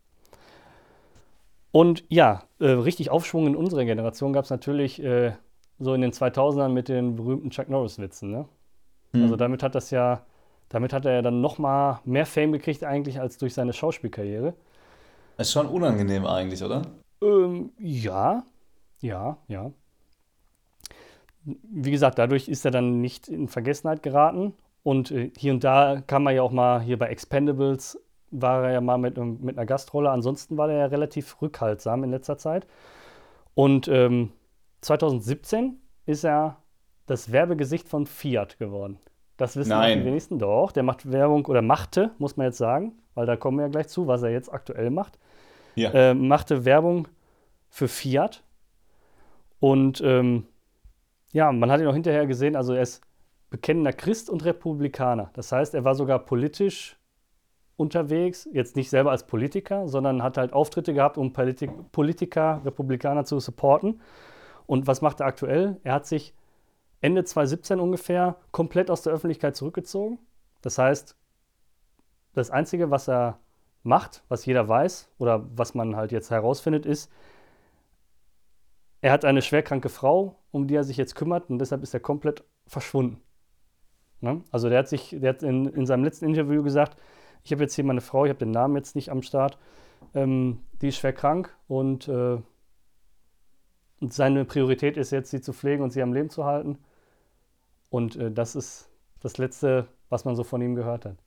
Und ja, äh, richtig Aufschwung in unserer Generation gab es natürlich äh, so in den zweitausendern mit den berühmten Chuck Norris-Witzen. Ne? Also Hm. damit hat das ja, damit hat er ja dann noch mal mehr Fame gekriegt eigentlich als durch seine Schauspielkarriere. Ist schon unangenehm eigentlich, oder? Ähm, ja, ja, ja. Wie gesagt, dadurch ist er dann nicht in Vergessenheit geraten. Und äh, hier und da kam er ja auch mal, hier bei Expendables war er ja mal mit, ähm, mit einer Gastrolle. Ansonsten war er ja relativ rückhaltsam in letzter Zeit. Und ähm, zweitausendsiebzehn ist er das Werbegesicht von Fiat geworden. Das wissen auch die Nein. wenigsten. Doch, der macht Werbung oder machte, muss man jetzt sagen, weil da kommen wir ja gleich zu, was er jetzt aktuell macht. Ja. Äh, machte Werbung für Fiat. Und ähm, ja, man hat ihn auch hinterher gesehen, also er ist bekennender Christ und Republikaner. Das heißt, er war sogar politisch unterwegs, jetzt nicht selber als Politiker, sondern hat halt Auftritte gehabt, um Politik Politiker, Republikaner zu supporten. Und was macht er aktuell? Er hat sich Ende zweitausendsiebzehn ungefähr komplett aus der Öffentlichkeit zurückgezogen. Das heißt, das Einzige, was er macht, was jeder weiß oder was man halt jetzt herausfindet, ist, er hat eine schwerkranke Frau, um die er sich jetzt kümmert und deshalb ist er komplett verschwunden. Ne? Also der hat sich, der hat in, in seinem letzten Interview gesagt, ich habe jetzt hier meine Frau, ich habe den Namen jetzt nicht am Start, ähm, die ist schwer krank und, äh, und seine Priorität ist jetzt, sie zu pflegen und sie am Leben zu halten. Und äh, das ist das Letzte, was man so von ihm gehört hat.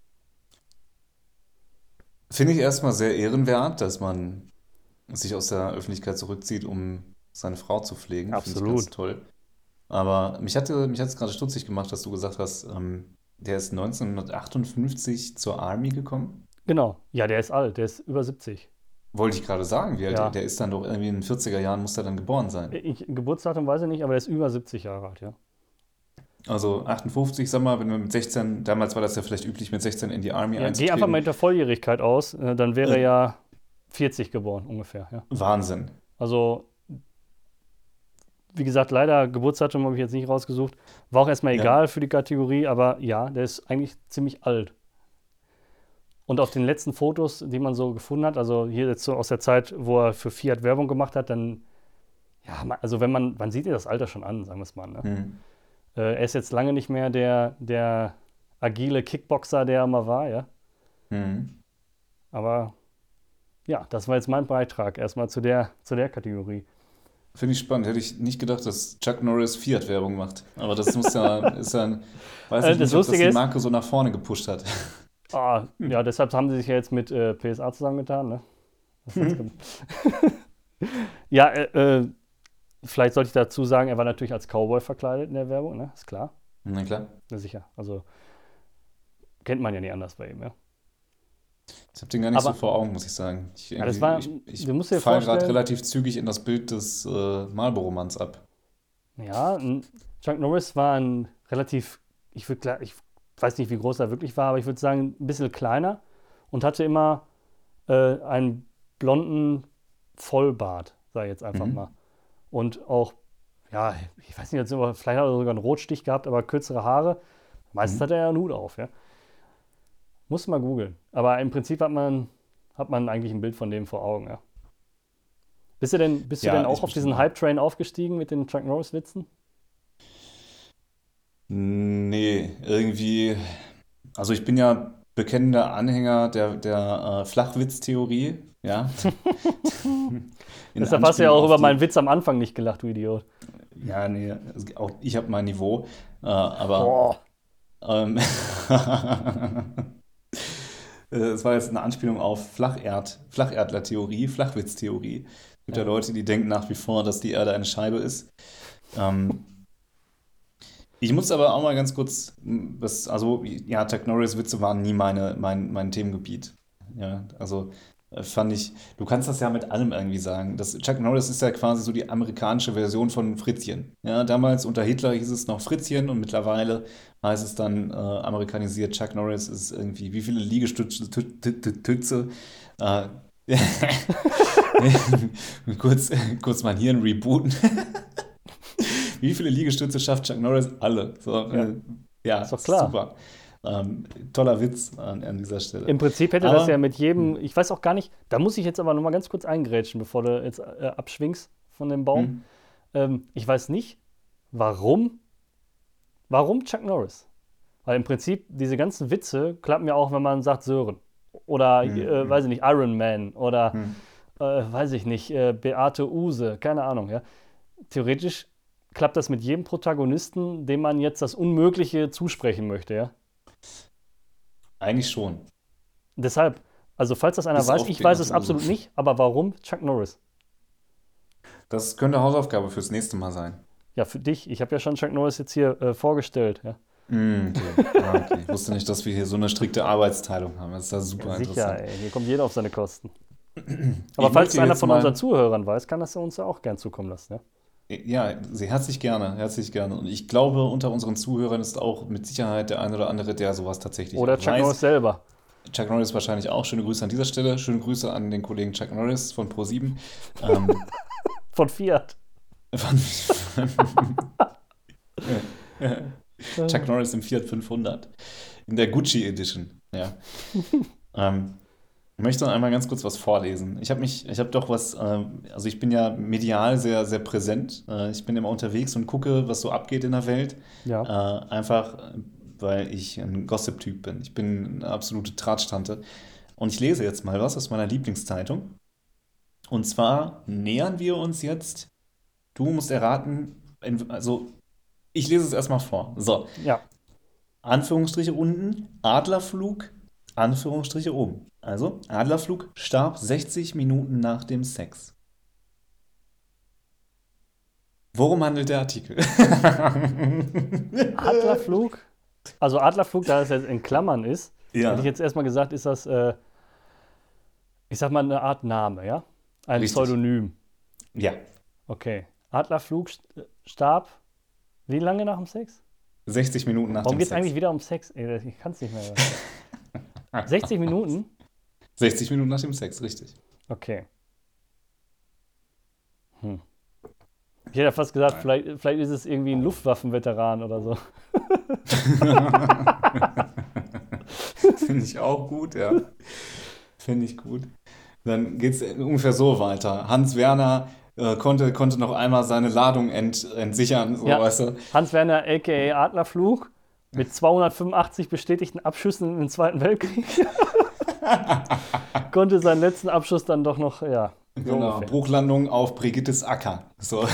Finde ich erstmal sehr ehrenwert, dass man sich aus der Öffentlichkeit zurückzieht, um seine Frau zu pflegen. Finde ich ganz Absolut. toll. Aber mich hatte, mich hat es gerade stutzig gemacht, dass du gesagt hast, ähm, der ist neunzehnhundertachtundfünfzig zur Army gekommen. Genau. Ja, der ist alt, der ist über siebzig. Wollte ich gerade sagen, wie alt der, Ja. der ist dann doch irgendwie in den vierziger Jahren, muss er dann geboren sein. Ich, Geburtsdatum weiß ich nicht, aber der ist über siebzig Jahre alt, ja. Also achtundfünfzig, sag mal, wenn wir mit sechzehn, damals war das ja vielleicht üblich, mit sechzehn in die Army Ja, geh einfach mal einzutreten. mit der Volljährigkeit aus, äh, dann wäre er Äh, ja vierzig geboren ungefähr, ja. Wahnsinn. Also, wie gesagt, leider Geburtsdatum habe ich jetzt nicht rausgesucht. War auch erstmal Ja. egal für die Kategorie, aber ja, der ist eigentlich ziemlich alt. Und auf den letzten Fotos, die man so gefunden hat, also hier jetzt so aus der Zeit, wo er für Fiat Werbung gemacht hat, dann, ja, ma- also wenn man, man sieht ja das Alter schon an, sagen wir es mal, ne? Hm. Äh, er ist jetzt lange nicht mehr der, der agile Kickboxer, der er mal war, ja. Hm. Aber Ja, das war jetzt mein Beitrag erstmal zu der, zu der Kategorie. Finde ich spannend. Hätte ich nicht gedacht, dass Chuck Norris Fiat-Werbung macht. Aber das muss ja, ist ja, ein- weiß Äh, ich das nicht, ob das Lustige die ist, Marke so nach vorne gepusht hat. ah, ja, deshalb haben sie sich ja jetzt mit äh, P S A zusammengetan, ne? Das hat's ge- ja, äh, äh, vielleicht sollte ich dazu sagen, er war natürlich als Cowboy verkleidet in der Werbung, ne? Ist klar. Na klar. Ja, sicher. Also kennt man ja nicht anders bei ihm, ja. Ich habe den gar nicht so Aber vor Augen, muss ich sagen. Ich, ja, das irgendwie, war, ich, du musst ich dir falle gerade vorstellen, relativ zügig in das Bild des äh, Marlboro-Manns ab. ja, ein- Chuck Norris war ein relativ, ich würde, ich weiß nicht, wie groß er wirklich war, aber ich würde sagen, ein bisschen kleiner und hatte immer äh, einen blonden Vollbart, sage ich jetzt einfach Mhm. mal. Und auch, ja, ich weiß nicht, jetzt aber vielleicht hat er sogar einen Rotstich gehabt, aber kürzere Haare. Meistens Mhm. hat er ja einen Hut auf, ja. Muss mal googeln. Aber im Prinzip hat man, hat man eigentlich ein Bild von dem vor Augen, ja. Bist du denn, bist du denn Ja, auch ich auf bestimmt diesen auch. Hype-Train aufgestiegen mit den Chuck Norris-Witzen? Nee, irgendwie. Also ich bin ja bekennender Anhänger der, der äh, Flachwitz-Theorie, ja. In Deshalb hast du ja Anspielung auch auf über meinen die. Witz am Anfang nicht gelacht, du Idiot. Ja, nee, es- auch ich habe mein Niveau. Äh, aber Boah. ähm, Äh, Es war jetzt eine Anspielung auf Flacherd, Flacherdler-Theorie, Flachwitz-Theorie. Es gibt ja Ja. Leute, die denken nach wie vor, dass die Erde eine Scheibe ist. Ähm, ich muss aber auch mal ganz kurz, m, das, also ja, Chuck Norris-Witze waren nie meine, mein, mein Themengebiet. Ja, also äh, fand ich, du kannst das ja mit allem irgendwie sagen. Das, Chuck Norris ist ja quasi so die amerikanische Version von Fritzchen. Ja, damals unter Hitler hieß es noch Fritzchen und mittlerweile heißt es dann äh, amerikanisiert. Chuck Norris ist irgendwie, wie viele Liegestütze, Tü- Tü- Tü- Tütze, äh, kurz, kurz mein Hirn rebooten. Wie viele Liegestütze schafft Chuck Norris? Alle. So, Ja, äh, ja, ist doch klar. super. Ähm, toller Witz an, an dieser Stelle. Im Prinzip hätte das ja Aber, mit jedem, hm, ich weiß auch gar nicht, da muss ich jetzt aber nochmal ganz kurz eingrätschen, bevor du jetzt äh, abschwingst von dem Baum. hm, Ähm, ich weiß nicht, warum, warum Chuck Norris? Weil im Prinzip diese ganzen Witze klappen ja auch, wenn man sagt Sören. Oder, hm, äh, hm, weiß ich nicht, Iron Man. Oder, hm. äh, weiß ich nicht, äh, Beate Uhse. Keine Ahnung, ja. Theoretisch klappt das mit jedem Protagonisten, dem man jetzt das Unmögliche zusprechen möchte, ja. Eigentlich schon. Deshalb, also falls das einer Bis weiß, auf ich weiß es Beate Use. absolut nicht, aber warum Chuck Norris? Das könnte Hausaufgabe fürs nächste Mal sein. Ja, für dich. Ich habe ja schon Chuck Norris jetzt hier äh, vorgestellt, ja. Hm, okay. Ah, okay. Ich wusste nicht, dass wir hier so eine strikte Arbeitsteilung haben. Das ist ja Ja, super sicher, interessant. ey. Hier kommt jeder auf seine Kosten. Aber Ich falls möchte es einer jetzt von unseren mal, Zuhörern weiß, kann das ja uns ja auch gern zukommen lassen, ja. ja, sehr herzlich gerne, herzlich gerne. Und ich glaube, unter unseren Zuhörern ist auch mit Sicherheit der ein oder andere, der sowas tatsächlich Oder auch Chuck weiß. Norris selber. Chuck Norris wahrscheinlich auch. Schöne Grüße an dieser Stelle. Schöne Grüße an den Kollegen Chuck Norris von ProSieben. Ähm, Von Fiat. von, Äh, Chuck Norris im Fiat fünfhundert. In der Gucci Edition. Ja. Ähm, ich möchte noch einmal ganz kurz was vorlesen. Ich habe mich, ich habe doch was, ähm, also ich bin ja medial sehr, sehr präsent. Äh, ich bin immer unterwegs und gucke, was so abgeht in der Welt. Äh, ja. einfach, äh, weil ich ein Gossip-Typ bin. Ich bin eine absolute Tratsch-Tante. Und ich lese jetzt mal was aus meiner Lieblingszeitung. Und zwar nähern wir uns jetzt, du musst erraten, in, also ich lese es erstmal vor. So, Ja. Anführungsstriche unten, Adlerflug, Anführungsstriche oben. Also, Adlerflug starb sechzig Minuten nach dem Sex. Worum handelt der Artikel? Adlerflug. Also Adlerflug, da es jetzt in Klammern ist, hätte ich Ja, jetzt erstmal gesagt, ist das, äh, ich sag mal, eine Art Name, ja? Ein richtig. Pseudonym. Ja, Okay. Adlerflug st- starb wie lange nach dem Sex? sechzig Minuten nach Warum dem geht es Sex. eigentlich wieder um Sex? Ey, ich kann es nicht mehr. sechzig Minuten? sechzig Minuten nach dem Sex, richtig. Okay. Hm. Ich hätte ja fast gesagt, Nein. vielleicht, vielleicht ist es irgendwie ein Luftwaffenveteran oder so. Finde ich auch gut, ja. Finde ich gut. Dann geht es ungefähr so weiter. Hans Werner äh, konnte, konnte noch einmal seine Ladung ent, entsichern, so Ja, weißt du. Hans-Werner aka Adlerflug mit zweihundertfünfundachtzig bestätigten Abschüssen im Zweiten Weltkrieg. Konnte seinen letzten Abschuss dann doch noch, ja, so Genau, ungefähr. Bruchlandung auf Brigittes Acker. So.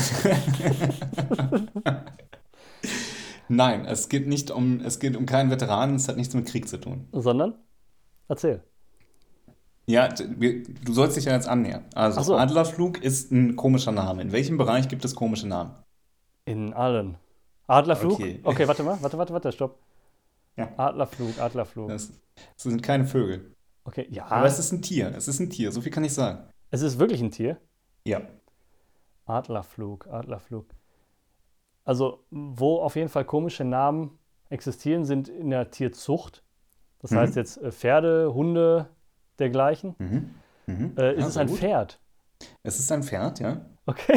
Nein, es geht nicht um, es geht um keinen Veteranen, es hat nichts mit Krieg zu tun. Sondern? Erzähl. Ja, d- wir, du sollst dich ja jetzt annähern. Ach Also, so, Adlerflug ist ein komischer Name. In welchem Bereich gibt es komische Namen? in allen. Adlerflug? Okay. Okay, warte mal, warte, warte, warte, stopp. Ja, Adlerflug, Adlerflug. das, das sind keine Vögel. Okay, Aber ja, es ist ein Tier. Es ist ein Tier, so viel kann ich sagen. es ist wirklich ein Tier. Ja. Adlerflug, Adlerflug. Also, wo auf jeden Fall komische Namen existieren, sind in der Tierzucht. Das heißt Mhm. jetzt äh, Pferde, Hunde, dergleichen. Mhm. Mhm. Äh, ist Ja, es sehr ein gut. Pferd? Es ist ein Pferd, ja. Okay.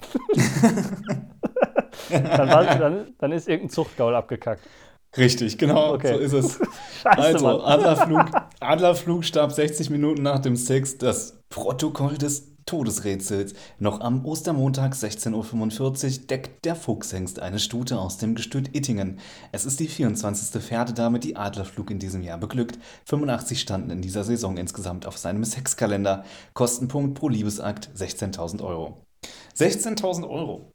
Dann, war, dann, dann ist irgendein Zuchtgaul abgekackt. Richtig, genau, Okay. so ist es. Scheiße, Also, Mann. Adlerflug, Adlerflug starb sechzig Minuten nach dem Sex, das Protokoll des Todesrätsels. Noch am Ostermontag sechzehn Uhr fünfundvierzig deckt der Fuchshengst eine Stute aus dem Gestüt Ittingen. Es ist die vierundzwanzigste Pferdedame, die Adlerflug in diesem Jahr beglückt. fünfundachtzig standen in dieser Saison insgesamt auf seinem Sexkalender. Kostenpunkt pro Liebesakt sechzehntausend Euro. sechzehntausend Euro.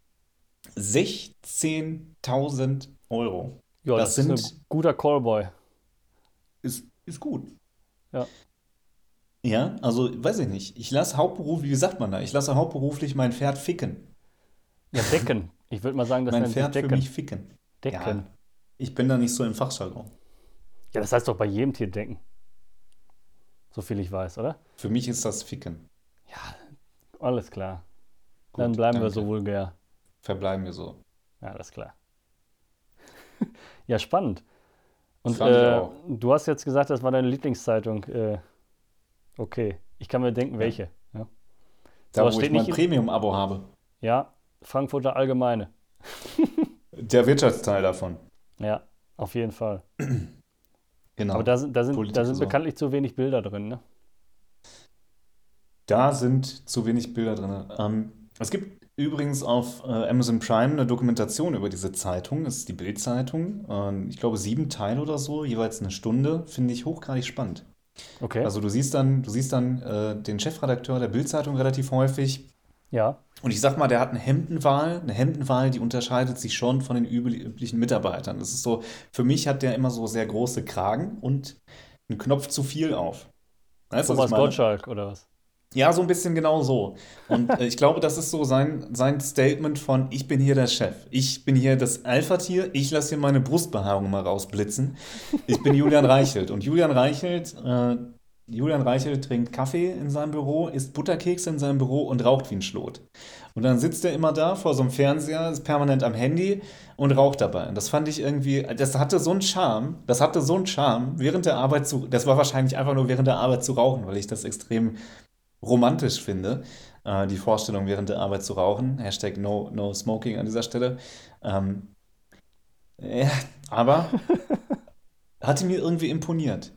sechzehntausend Euro. Ja, Das das, ist sind- ein guter Callboy. Ist, ist gut. Ja. Ja, also weiß ich nicht. Ich lasse hauptberuflich, wie sagt man da? Ich lasse hauptberuflich mein Pferd ficken. Ja, Decken. Ich würde mal sagen, das mein nennt sich Pferd für Decken. mich ficken. Decken. Ja, ich bin da nicht so im Fachjargon. Ja, das heißt doch bei jedem Tier Decken. So viel ich weiß, oder? Für mich ist das Ficken. Ja, alles klar. Gut, Dann bleiben wir danke. so vulgär. Verbleiben wir so. Ja, alles klar. Ja, spannend. Und Fand ich äh, auch. du hast jetzt gesagt, das war deine Lieblingszeitung. Äh, okay, ich kann mir denken, Ja. welche. Ja, Da, Aber wo steht ich mein nicht in- Premium-Abo habe. ja, Frankfurter Allgemeine. Der Wirtschaftsteil davon. Ja, auf jeden Fall. Genau. Aber da sind, da sind, Politik da sind so. bekanntlich zu wenig Bilder drin, ne? Da sind zu wenig Bilder drin. Ähm, es gibt übrigens auf äh, Amazon Prime eine Dokumentation über diese Zeitung. Es ist die Bild-Zeitung. Ähm, ich glaube, sieben Teile oder so, jeweils eine Stunde. Finde ich hochgradig spannend. Okay. Also du siehst dann, du siehst dann äh, den Chefredakteur der Bild-Zeitung relativ häufig. Ja, Und ich sag mal, der hat eine Hemdenwahl. Eine Hemdenwahl, die unterscheidet sich schon von den übli- üblichen Mitarbeitern. Das ist so, für mich hat der immer so sehr große Kragen und einen Knopf zu viel auf. Weißt du, was Thomas ich meine? Gottschalk oder was? Ja, so ein bisschen genau so. Und äh, ich glaube, das ist so sein, sein Statement von, ich bin hier der Chef. Ich bin hier das Alpha-Tier. Ich lasse hier meine Brustbehaarung mal rausblitzen. Ich bin Julian Reichelt. Und Julian Reichelt, äh, Julian Reichelt trinkt Kaffee in seinem Büro, isst Butterkekse in seinem Büro und raucht wie ein Schlot. Und dann sitzt er immer da vor so einem Fernseher, ist permanent am Handy und raucht dabei. Und das fand ich irgendwie, das hatte so einen Charme, das hatte so einen Charme, während der Arbeit zu, das war wahrscheinlich einfach nur während der Arbeit zu rauchen, weil ich das extrem romantisch finde, äh, die Vorstellung während der Arbeit zu rauchen. Hashtag no, no smoking an dieser Stelle. Ähm, ja, aber hatte mir irgendwie imponiert.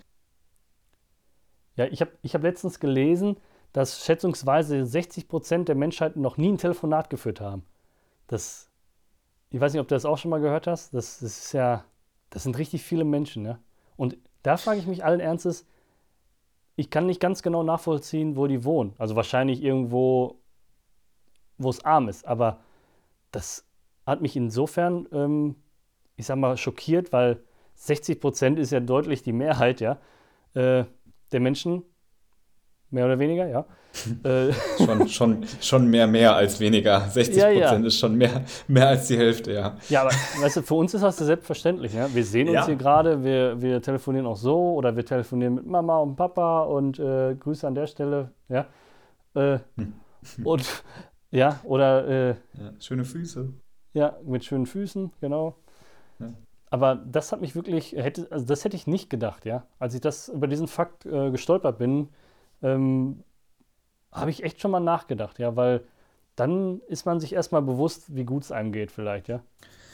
Ja, ich habe ich hab letztens gelesen, dass schätzungsweise sechzig Prozent der Menschheit noch nie ein Telefonat geführt haben. Das, ich weiß nicht, ob du das auch schon mal gehört hast. Das, das ist ja, das sind richtig viele Menschen, ne? Und da frage ich mich allen Ernstes, ich kann nicht ganz genau nachvollziehen, wo die wohnen. Also wahrscheinlich irgendwo, wo es arm ist. Aber das hat mich insofern, ähm, ich sag mal, schockiert, weil sechzig Prozent ist ja deutlich die Mehrheit, ja, äh, der Menschen, mehr oder weniger, ja. äh, Schon, schon, schon mehr, mehr als weniger. sechzig Ja, ja. Prozent ist schon mehr, mehr als die Hälfte, ja. ja, aber weißt du, für uns ist das ja selbstverständlich. Ja? Wir sehen uns Ja. hier gerade, wir, wir telefonieren auch so oder wir telefonieren mit Mama und Papa und äh, Grüße an der Stelle, ja. Äh, und ja, oder äh, Ja, schöne Füße. ja, mit schönen Füßen, genau. Ja. Aber das hat mich wirklich, hätte, also das hätte ich nicht gedacht, ja. Als ich das über diesen Fakt äh, gestolpert bin, ähm, habe ich echt schon mal nachgedacht, ja, weil dann ist man sich erstmal bewusst, wie gut es einem geht, vielleicht, ja.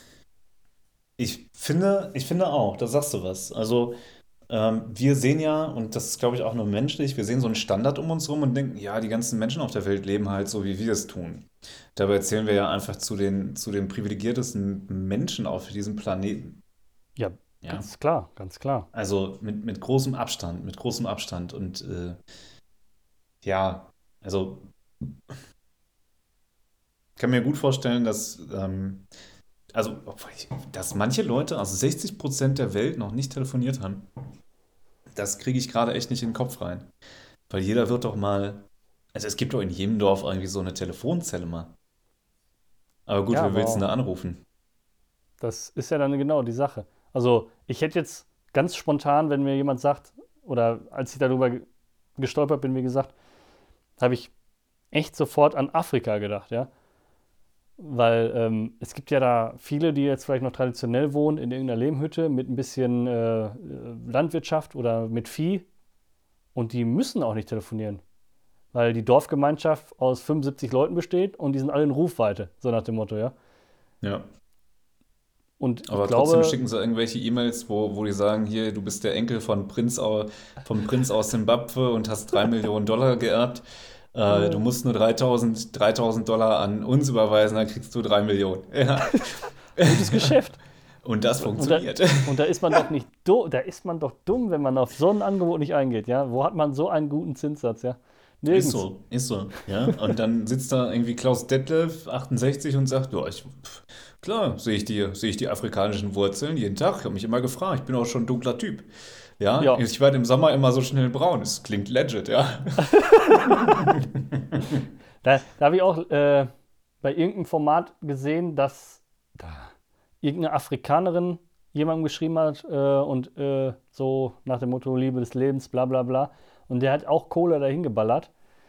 Ich finde, ich finde auch, da sagst du was. Also, ähm, wir sehen ja, und das ist, glaube ich, auch nur menschlich, wir sehen so einen Standard um uns rum und denken, ja, die ganzen Menschen auf der Welt leben halt so, wie wir es tun. Dabei zählen wir ja einfach zu den, zu den privilegiertesten Menschen auf diesem Planeten. Ja, Ja, Ganz klar, ganz klar. also mit, mit großem Abstand, mit großem Abstand. Und äh, ja, also ich kann mir gut vorstellen, dass, ähm, also, obwohl ich- dass manche Leute, also sechzig Prozent der Welt noch nicht telefoniert haben. Das kriege ich gerade echt nicht in den Kopf rein. Weil jeder wird doch mal, also es gibt doch in jedem Dorf irgendwie so eine Telefonzelle mal. Aber gut, Ja, wer willst du denn aber da anrufen? das ist ja dann genau die Sache. Also, ich hätte jetzt ganz spontan, wenn mir jemand sagt, oder als ich darüber ge- gestolpert bin, wie gesagt, habe ich echt sofort an Afrika gedacht, ja. Weil ähm, es gibt ja da viele, die jetzt vielleicht noch traditionell wohnen in irgendeiner Lehmhütte mit ein bisschen äh, äh, Landwirtschaft oder mit Vieh und die müssen auch nicht telefonieren, weil die Dorfgemeinschaft aus fünfundsiebzig Leuten besteht und die sind alle in Rufweite, so nach dem Motto, ja. Ja. Und ich Aber trotzdem glaube, schicken sie irgendwelche E-Mails, wo, wo die sagen, hier, du bist der Enkel von Prinz, au- vom Prinz aus Simbabwe und hast drei Millionen Dollar geerbt. Äh, du äh, musst nur dreitausend, dreitausend Dollar an uns überweisen, dann kriegst du drei Millionen. Ja. gutes Geschäft. Und das Und da, funktioniert. und da ist man doch nicht dumm, da ist man doch dumm, wenn man auf so ein Angebot nicht eingeht, ja. Wo hat man so einen guten Zinssatz, ja? Ist Nirgends. so, ist so, ja. Und dann sitzt da irgendwie Klaus Detlef, achtundsechzig, und sagt, ja, ich, pff, klar, sehe ich die, sehe ich die afrikanischen Wurzeln jeden Tag. Ich habe mich immer gefragt, ich bin auch schon ein dunkler Typ. Ja, Ja, ich werde im Sommer immer so schnell braun. Es klingt legit, ja. da, da habe ich auch äh, bei irgendeinem Format gesehen, dass da irgendeine Afrikanerin jemandem geschrieben hat äh, und äh, so nach dem Motto Liebe des Lebens, bla bla bla. Und der hat auch Kohle dahin geballert,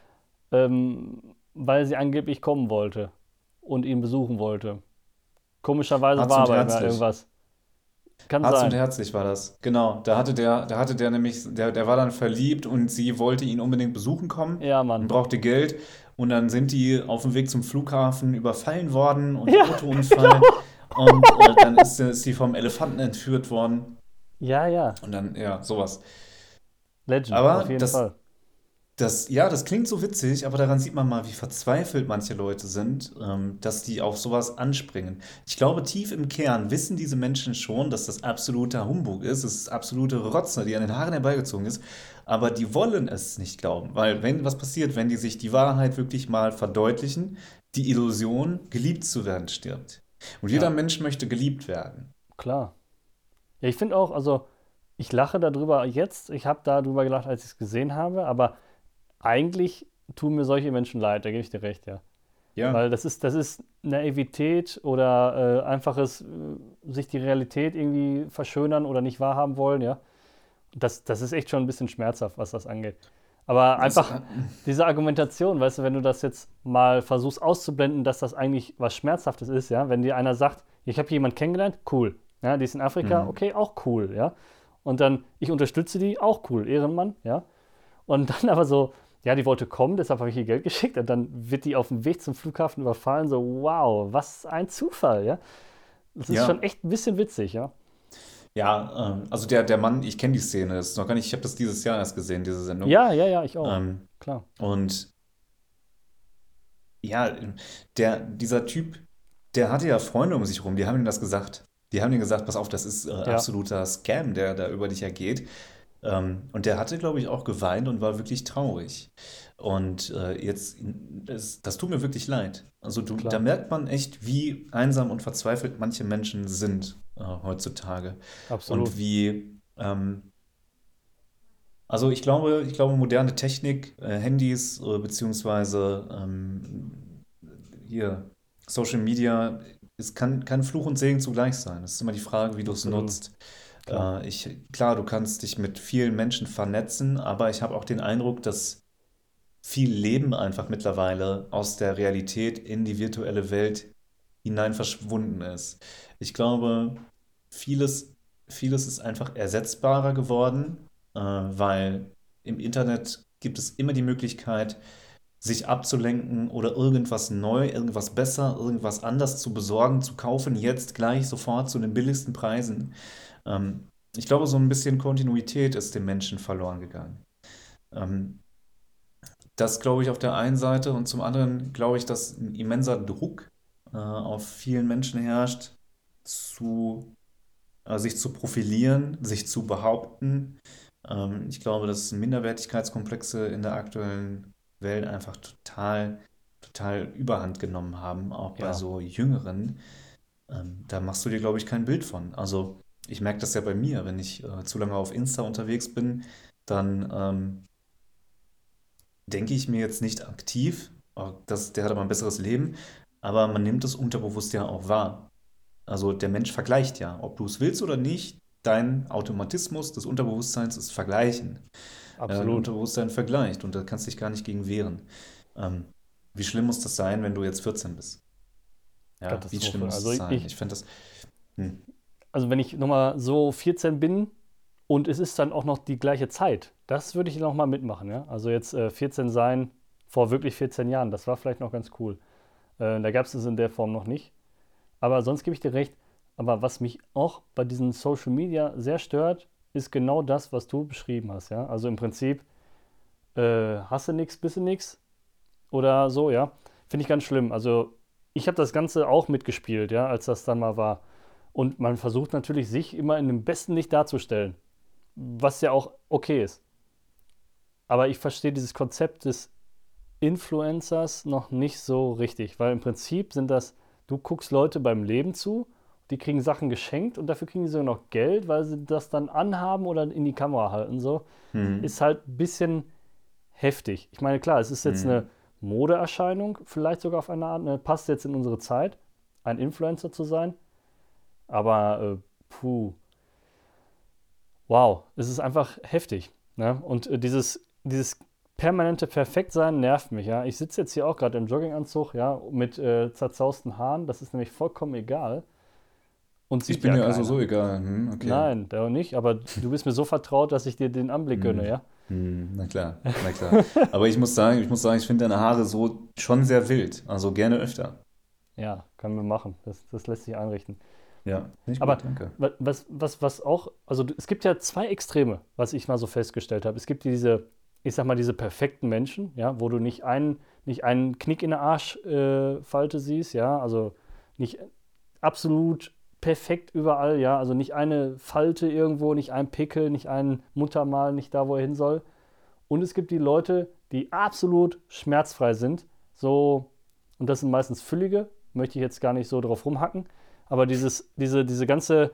ähm, weil sie angeblich kommen wollte und ihn besuchen wollte. Komischerweise Harz war und aber immer herzlich. irgendwas. Kann Harz und sein. herzlich war das. Genau. Da hatte der, da hatte der nämlich, der, der war dann verliebt und sie wollte ihn unbedingt besuchen kommen Ja, und Mann. brauchte Geld. Und dann sind die auf dem Weg zum Flughafen überfallen worden und Ja, Autounfall. genau. Und äh, dann ist, sie- ist sie vom Elefanten entführt worden. Ja, ja. Und dann, ja, sowas. Legend, auf Aber jeden das, Fall. das, ja, das klingt so witzig, aber daran sieht man mal, wie verzweifelt manche Leute sind, ähm, dass die auf sowas anspringen. Ich glaube, tief im Kern wissen diese Menschen schon, dass das absoluter Humbug ist, es ist absolute Rotze, die an den Haaren herbeigezogen ist, aber die wollen es nicht glauben, weil wenn was passiert, wenn die sich die Wahrheit wirklich mal verdeutlichen, die Illusion, geliebt zu werden, stirbt. Und jeder Ja, Mensch möchte geliebt werden. klar. Ja, ich finde auch, also ich lache darüber jetzt, ich habe darüber gelacht, als ich es gesehen habe, aber eigentlich tun mir solche Menschen leid, da gebe ich dir recht, ja. Ja, Weil das ist, das ist Naivität oder äh, einfaches äh, sich die Realität irgendwie verschönern oder nicht wahrhaben wollen, ja. Das, das ist echt schon ein bisschen schmerzhaft, was das angeht. Aber das, einfach äh, diese Argumentation, weißt du, wenn du das jetzt mal versuchst auszublenden, dass das eigentlich was Schmerzhaftes ist, ja, wenn dir einer sagt, ich habe jemanden kennengelernt, cool. Ja, die ist in Afrika, hm. okay, auch cool, ja. Und dann, ich unterstütze die, auch cool, Ehrenmann, ja. Und dann aber so, ja, die wollte kommen, deshalb habe ich ihr Geld geschickt und dann wird die auf dem Weg zum Flughafen überfallen, so, wow, was ein Zufall, ja. Das ist schon Ja, echt ein bisschen witzig, ja. ja, ähm, also der, der Mann, ich kenne die Szene, das ist noch gar nicht, ich habe das dieses Jahr erst gesehen, diese Sendung. Ja, ja, ja, ich auch. Ähm, Klar. und ja, der, dieser Typ, der hatte ja Freunde um sich rum, die haben ihm das gesagt. Die haben ihm gesagt, pass auf, das ist äh, Ja, absoluter Scam, der da über dich ergeht. Ähm, und der hatte, glaube ich, auch geweint und war wirklich traurig. Und äh, jetzt, das, das tut mir wirklich leid. Also du, da klar. merkt man echt, wie einsam und verzweifelt manche Menschen sind äh, heutzutage. Und Absolut. wie, ähm, also ich glaube, ich glaube, moderne Technik, äh, Handys, äh, beziehungsweise ähm, hier Social Media, es kann, kann Fluch und Segen zugleich sein. Es ist immer die Frage, wie du es Absolut. nutzt. Klar. Äh, ich, klar, du kannst dich mit vielen Menschen vernetzen, aber ich habe auch den Eindruck, dass viel Leben einfach mittlerweile aus der Realität in die virtuelle Welt hinein verschwunden ist. Ich glaube, vieles, vieles ist einfach ersetzbarer geworden, äh, weil im Internet gibt es immer die Möglichkeit, sich abzulenken oder irgendwas neu, irgendwas besser, irgendwas anders zu besorgen, zu kaufen, jetzt gleich sofort zu den billigsten Preisen. Ähm, ich glaube, so ein bisschen Kontinuität ist dem Menschen verloren gegangen. Ähm, Das glaube ich auf der einen Seite, und zum anderen glaube ich, dass ein immenser Druck äh, auf vielen Menschen herrscht, zu, äh, sich zu profilieren, sich zu behaupten. Ähm, ich glaube, dass Minderwertigkeitskomplexe in der aktuellen Welt einfach total, total Überhand genommen haben, auch bei Ja, so Jüngeren. Ähm, da machst du dir, glaube ich, kein Bild von. Also ich merke das ja bei mir, wenn ich äh, zu lange auf Insta unterwegs bin, dann ähm, denke ich mir jetzt nicht aktiv, oh, das, der hat aber ein besseres Leben, aber man nimmt es unterbewusst ja auch wahr. Also der Mensch vergleicht ja, ob du es willst oder nicht, dein Automatismus des Unterbewusstseins ist Vergleichen. Äh, Dein absolut. Unterbewusstsein vergleicht und da kannst du dich gar nicht gegen wehren. Ähm, Wie schlimm muss das sein, wenn du jetzt vierzehn bist? Ja, wie schlimm Katastrophe. muss Also das sein? ich, Ich finde das. Hm. also wenn ich nochmal so vierzehn bin und es ist dann auch noch die gleiche Zeit, das würde ich nochmal mitmachen, ja. Also jetzt äh, vierzehn sein vor wirklich vierzehn Jahren, das war vielleicht noch ganz cool. Äh, da gab es es in der Form noch nicht. Aber sonst gebe ich dir recht. Aber was mich auch bei diesen Social Media sehr stört, ist genau das, was du beschrieben hast, ja. Also im Prinzip, äh, hasse nix, bisse nix oder so, ja. Finde ich ganz schlimm. Also ich habe das Ganze auch mitgespielt, ja, als das dann mal war. Und man versucht natürlich, sich immer in dem besten Licht darzustellen, was ja auch okay ist. Aber ich verstehe dieses Konzept des Influencers noch nicht so richtig, weil im Prinzip sind das, du guckst Leute beim Leben zu, die kriegen Sachen geschenkt und dafür kriegen sie sogar noch Geld, weil sie das dann anhaben oder in die Kamera halten. So Hm. ist halt ein bisschen heftig. Ich meine, klar, es ist jetzt Hm. eine Modeerscheinung, vielleicht sogar auf eine Art, ne, passt jetzt in unsere Zeit, ein Influencer zu sein, aber äh, puh, wow, es ist einfach heftig. Ne? Und äh, dieses, dieses permanente Perfektsein nervt mich. Ja? Ich sitze jetzt hier auch gerade im Jogginganzug, ja, mit äh, zerzausten Haaren. Das ist nämlich vollkommen egal. Und Ich sieht bin ja dir also keiner. so egal. Hm, okay. Nein, da auch nicht. Aber du bist mir so vertraut, dass ich dir den Anblick gönne, Hm. ja? Hm. Na klar, na klar. Aber ich muss sagen, ich muss sagen, ich finde deine Haare so schon sehr wild. Also gerne öfter. Ja, können wir machen. Das, das lässt sich einrichten. Ja, finde ich Aber gut, danke. was, was, was auch, also es gibt ja zwei Extreme, was ich mal so festgestellt habe. Es gibt diese, ich sag mal, diese perfekten Menschen, ja, wo du nicht einen, nicht einen Knick in der Arschfalte äh, Falte siehst, ja, also nicht absolut perfekt überall, ja, also nicht eine Falte irgendwo, nicht ein Pickel, nicht ein Muttermal, nicht da, wo er hin soll. Und es gibt die Leute, die absolut schmerzfrei sind, so, und das sind meistens Füllige, möchte ich jetzt gar nicht so drauf rumhacken, aber dieses, diese, diese ganze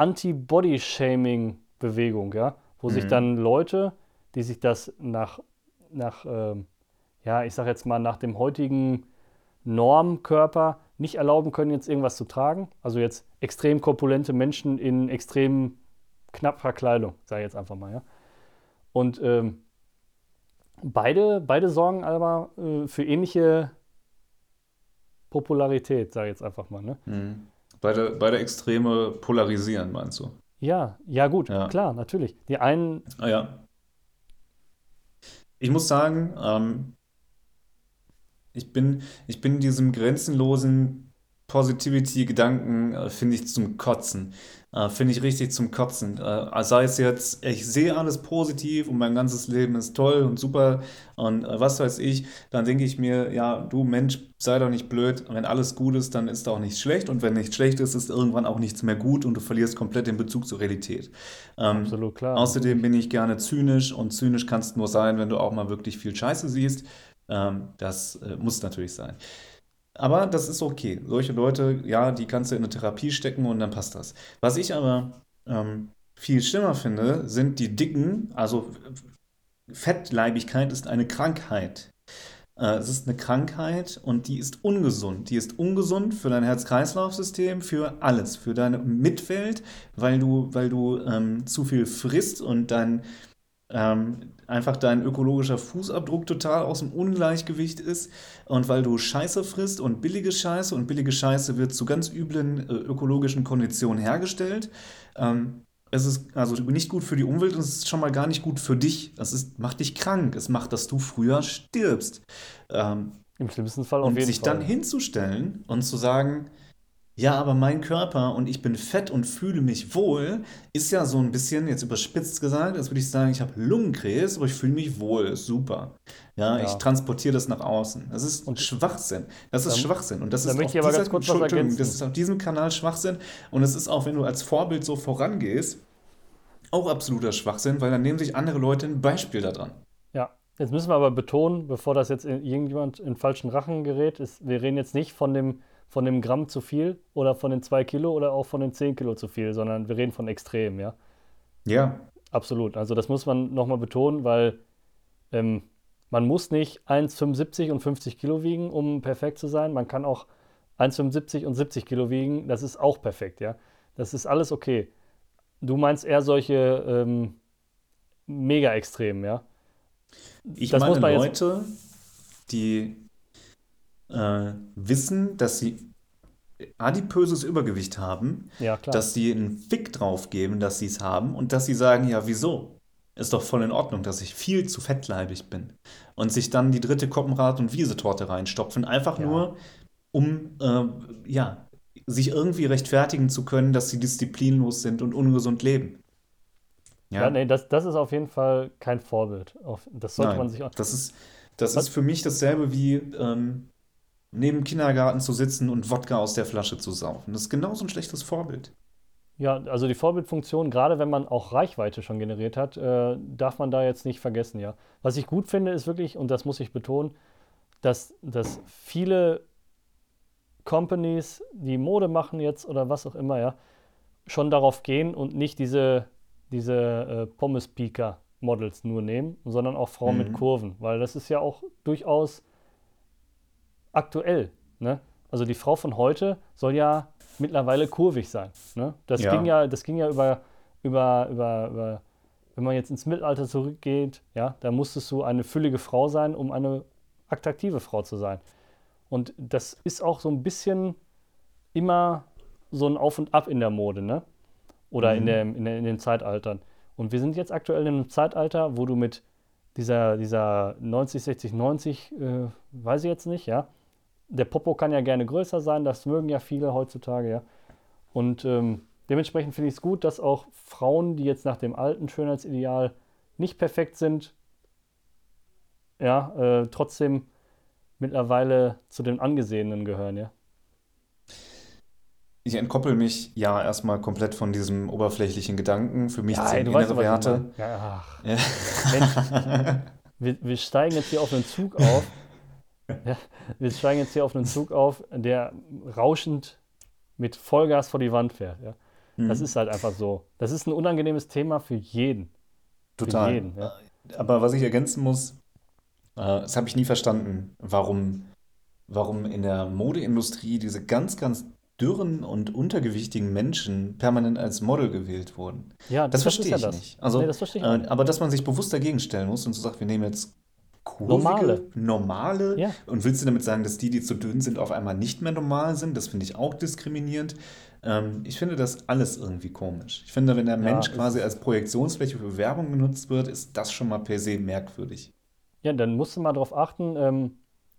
Anti-Body-Shaming-Bewegung, ja, wo sich Hm. dann Leute, die sich das nach, nach ähm, ja, ich sag jetzt mal, nach dem heutigen Normkörper nicht erlauben können, jetzt irgendwas zu tragen. Also jetzt extrem korpulente Menschen in extrem knapper Kleidung, sage ich jetzt einfach mal, ja. Und ähm, beide, beide sorgen aber äh, für ähnliche Popularität, sage ich jetzt einfach mal, ne? Hm. Beide, beide Extreme polarisieren, meinst du? Ja, ja gut, Ja. klar, natürlich. Die einen, Ah ja. Ich muss sagen, ähm, Ich bin, ich bin diesem grenzenlosen Positivity-Gedanken, äh, finde ich zum Kotzen. Äh, finde ich richtig zum Kotzen. Äh, sei es jetzt, ich sehe alles positiv und mein ganzes Leben ist toll und super und äh, was weiß ich, dann denke ich mir, ja, du Mensch, sei doch nicht blöd. Wenn alles gut ist, dann ist auch nichts schlecht und wenn nichts schlecht ist, ist irgendwann auch nichts mehr gut und du verlierst komplett den Bezug zur Realität. Ähm, absolut klar, Außerdem natürlich. bin ich gerne zynisch und zynisch kannst nur sein, wenn du auch mal wirklich viel Scheiße siehst. Ähm, das äh, muss natürlich sein. Aber das ist okay. Solche Leute, ja, die kannst du in eine Therapie stecken und dann passt das. Was ich aber ähm, viel schlimmer finde, sind die Dicken. Also Fettleibigkeit ist eine Krankheit. Äh, es ist eine Krankheit und die ist ungesund. Die ist ungesund für dein Herz-Kreislauf-System, für alles, für deine Mitwelt, weil du, weil du ähm, zu viel frisst und dein ähm, einfach dein ökologischer Fußabdruck total aus dem Ungleichgewicht ist und weil du Scheiße frisst und billige Scheiße und billige Scheiße wird zu ganz üblen äh, ökologischen Konditionen hergestellt. Ähm, Es ist also nicht gut für die Umwelt und es ist schon mal gar nicht gut für dich. Das ist, macht dich krank. Es macht, dass du früher stirbst. Ähm, Im schlimmsten Fall auf und jeden sich dann Fall. hinzustellen und zu sagen, Ja, aber mein Körper und ich bin fett und fühle mich wohl, ist ja so ein bisschen, jetzt überspitzt gesagt, als würde ich sagen, ich habe Lungenkrebs, aber ich fühle mich wohl, ist super. Ja, ich Ja. transportiere das nach außen. Das ist Und Schwachsinn. Das ist da, Schwachsinn. Und das da ist möchte auf ich aber dieser, ganz kurz was Entschuldigung, das ergänzen. ist auf diesem Kanal Schwachsinn. Und es ist auch, wenn du als Vorbild so vorangehst, auch absoluter Schwachsinn, weil dann nehmen sich andere Leute ein Beispiel daran. Ja, jetzt müssen wir aber betonen, bevor das jetzt in, irgendjemand in falschen Rachen gerät, ist, wir reden jetzt nicht von dem, von dem Gramm zu viel oder von den zwei Kilo oder auch von den zehn Kilo zu viel, sondern wir reden von Extrem, ja. Ja, Absolut. Also das muss man nochmal betonen, weil ähm, man muss nicht eins Komma fünfundsiebzig und fünfzig Kilo wiegen, um perfekt zu sein. Man kann auch eins Komma fünfundsiebzig und siebzig Kilo wiegen, das ist auch perfekt, ja. Das ist alles okay. Du meinst eher solche ähm, Mega-Extremen, ja. ich Das muss meine man jetzt, Leute, die äh, wissen, dass sie adipöses Übergewicht haben, ja klar. dass sie einen Fick drauf geben, dass sie es haben und dass sie sagen, ja, wieso? Ist doch voll in Ordnung, dass ich viel zu fettleibig bin. Und sich dann die dritte Koppenrad- und Wiesetorte reinstopfen, einfach Ja. nur, um, äh, ja, sich irgendwie rechtfertigen zu können, dass sie disziplinlos sind und ungesund leben. Ja, Ja, nee, das, das ist auf jeden Fall kein Vorbild. Auf, das sollte man nein. sich auch. Das ist, das Was? ist für mich dasselbe wie ähm, neben dem Kindergarten zu sitzen und Wodka aus der Flasche zu saufen. Das ist genauso ein schlechtes Vorbild. Ja, also die Vorbildfunktion, gerade wenn man auch Reichweite schon generiert hat, äh, darf man da jetzt nicht vergessen, ja. Was ich gut finde, ist wirklich, und das muss ich betonen, dass, dass viele Companies, die Mode machen jetzt oder was auch immer, ja, schon darauf gehen und nicht diese, diese äh, Pommes-Pika-Models nur nehmen, sondern auch Frauen mit Mhm. Kurven, weil das ist ja auch durchaus aktuell. Ne? Also die Frau von heute soll ja mittlerweile kurvig sein. Ne? Das ging Ja, ja, das ging ja über, über, über, über, wenn man jetzt ins Mittelalter zurückgeht, ja, da musstest du eine füllige Frau sein, um eine attraktive Frau zu sein. Und das ist auch so ein bisschen immer so ein Auf und Ab in der Mode, ne? Oder in, der, mhm. in, der, in den Zeitaltern. Und wir sind jetzt aktuell in einem Zeitalter, wo du mit dieser, dieser neunzig, sechzig, neunzig, äh, weiß ich jetzt nicht, ja, der Popo kann ja gerne größer sein, das mögen ja viele heutzutage, ja. Und ähm, dementsprechend finde ich es gut, dass auch Frauen, die jetzt nach dem alten Schönheitsideal nicht perfekt sind, ja, äh, trotzdem mittlerweile zu den Angesehenen gehören, ja. Ich entkoppel mich ja erstmal komplett von diesem oberflächlichen Gedanken. Für mich Ja, ey, zählen du weißt doch, innere was ich meine. Werte. Ja, ach, Ja. Mensch, wir, wir steigen jetzt hier auf einen Zug auf, ja, wir steigen jetzt hier auf einen Zug auf, der rauschend mit Vollgas vor die Wand fährt, ja. Das Hm, ist halt einfach so. Das ist ein unangenehmes Thema für jeden. Für total. jeden, ja. Aber was ich ergänzen muss, äh, das habe ich nie verstanden, warum, warum in der Modeindustrie diese ganz, ganz dürren und untergewichtigen Menschen permanent als Model gewählt wurden. Ja, Das das ist verstehe ja ich das. nicht. Nee, Also, das verstehe ich auch äh, nicht. aber dass man sich bewusst dagegen stellen muss und so sagt, wir nehmen jetzt kurvige, Normale. normale, Ja, und willst du damit sagen, dass die, die zu dünn sind, auf einmal nicht mehr normal sind? Das finde ich auch diskriminierend. Ähm, ich finde das alles irgendwie komisch. Ich finde, wenn der ja, Mensch ist quasi es. als Projektionsfläche für Werbung genutzt wird, ist das schon mal per se merkwürdig. Ja, dann musst du mal drauf achten, ähm,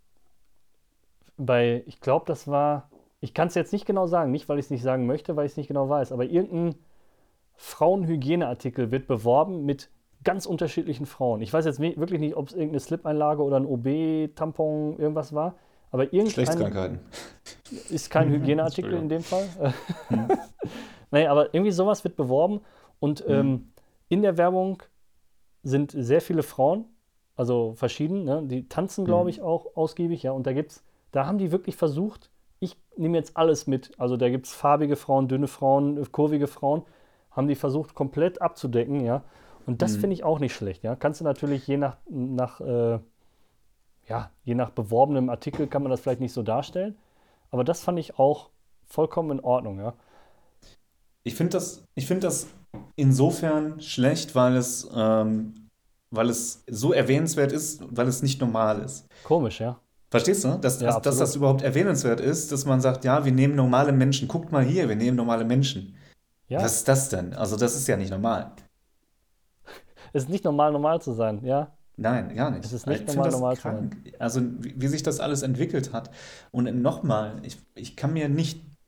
bei, ich glaube, das war, ich kann es jetzt nicht genau sagen, nicht weil ich es nicht sagen möchte, weil ich es nicht genau weiß, aber irgendein Frauenhygieneartikel wird beworben mit ganz unterschiedlichen Frauen. Ich weiß jetzt we- wirklich nicht, ob es irgendeine Slip-Einlage oder ein O B-Tampon irgendwas war, aber irgendein, Geschlechtskrankheiten. ist kein Hygieneartikel in Entschuldigung. dem Fall. Hm. Nee, aber irgendwie sowas wird beworben und Hm. ähm, in der Werbung sind sehr viele Frauen, also verschieden, ne? Die tanzen, glaube ich, Hm. auch ausgiebig, ja. Und da gibt's, da haben die wirklich versucht, ich nehme jetzt alles mit. Also da gibt es farbige Frauen, dünne Frauen, äh, kurvige Frauen, haben die versucht, komplett abzudecken, ja. Und das finde Hm. ich auch nicht schlecht, ja. Kannst du natürlich je nach, nach, äh, ja, je nach beworbenem Artikel kann man das vielleicht nicht so darstellen. Aber das fand ich auch vollkommen in Ordnung, ja. Ich finde das, ich find das insofern schlecht, weil es, ähm, weil es so erwähnenswert ist, weil es nicht normal ist. Komisch, ja. Verstehst du? Dass, Ja, also, dass das absolut. überhaupt erwähnenswert ist, dass man sagt, ja, wir nehmen normale Menschen. Guckt mal hier, wir nehmen normale Menschen. Ja, Was ist das denn? Also, das ist ja nicht normal. es ist nicht normal, normal zu sein, ja. Nein, gar Es nicht. ist nicht Ich finde normal, das normal zu sein. krank. Also, wie, wie sich das alles entwickelt hat. Und nochmal, ich, ich kann mir nicht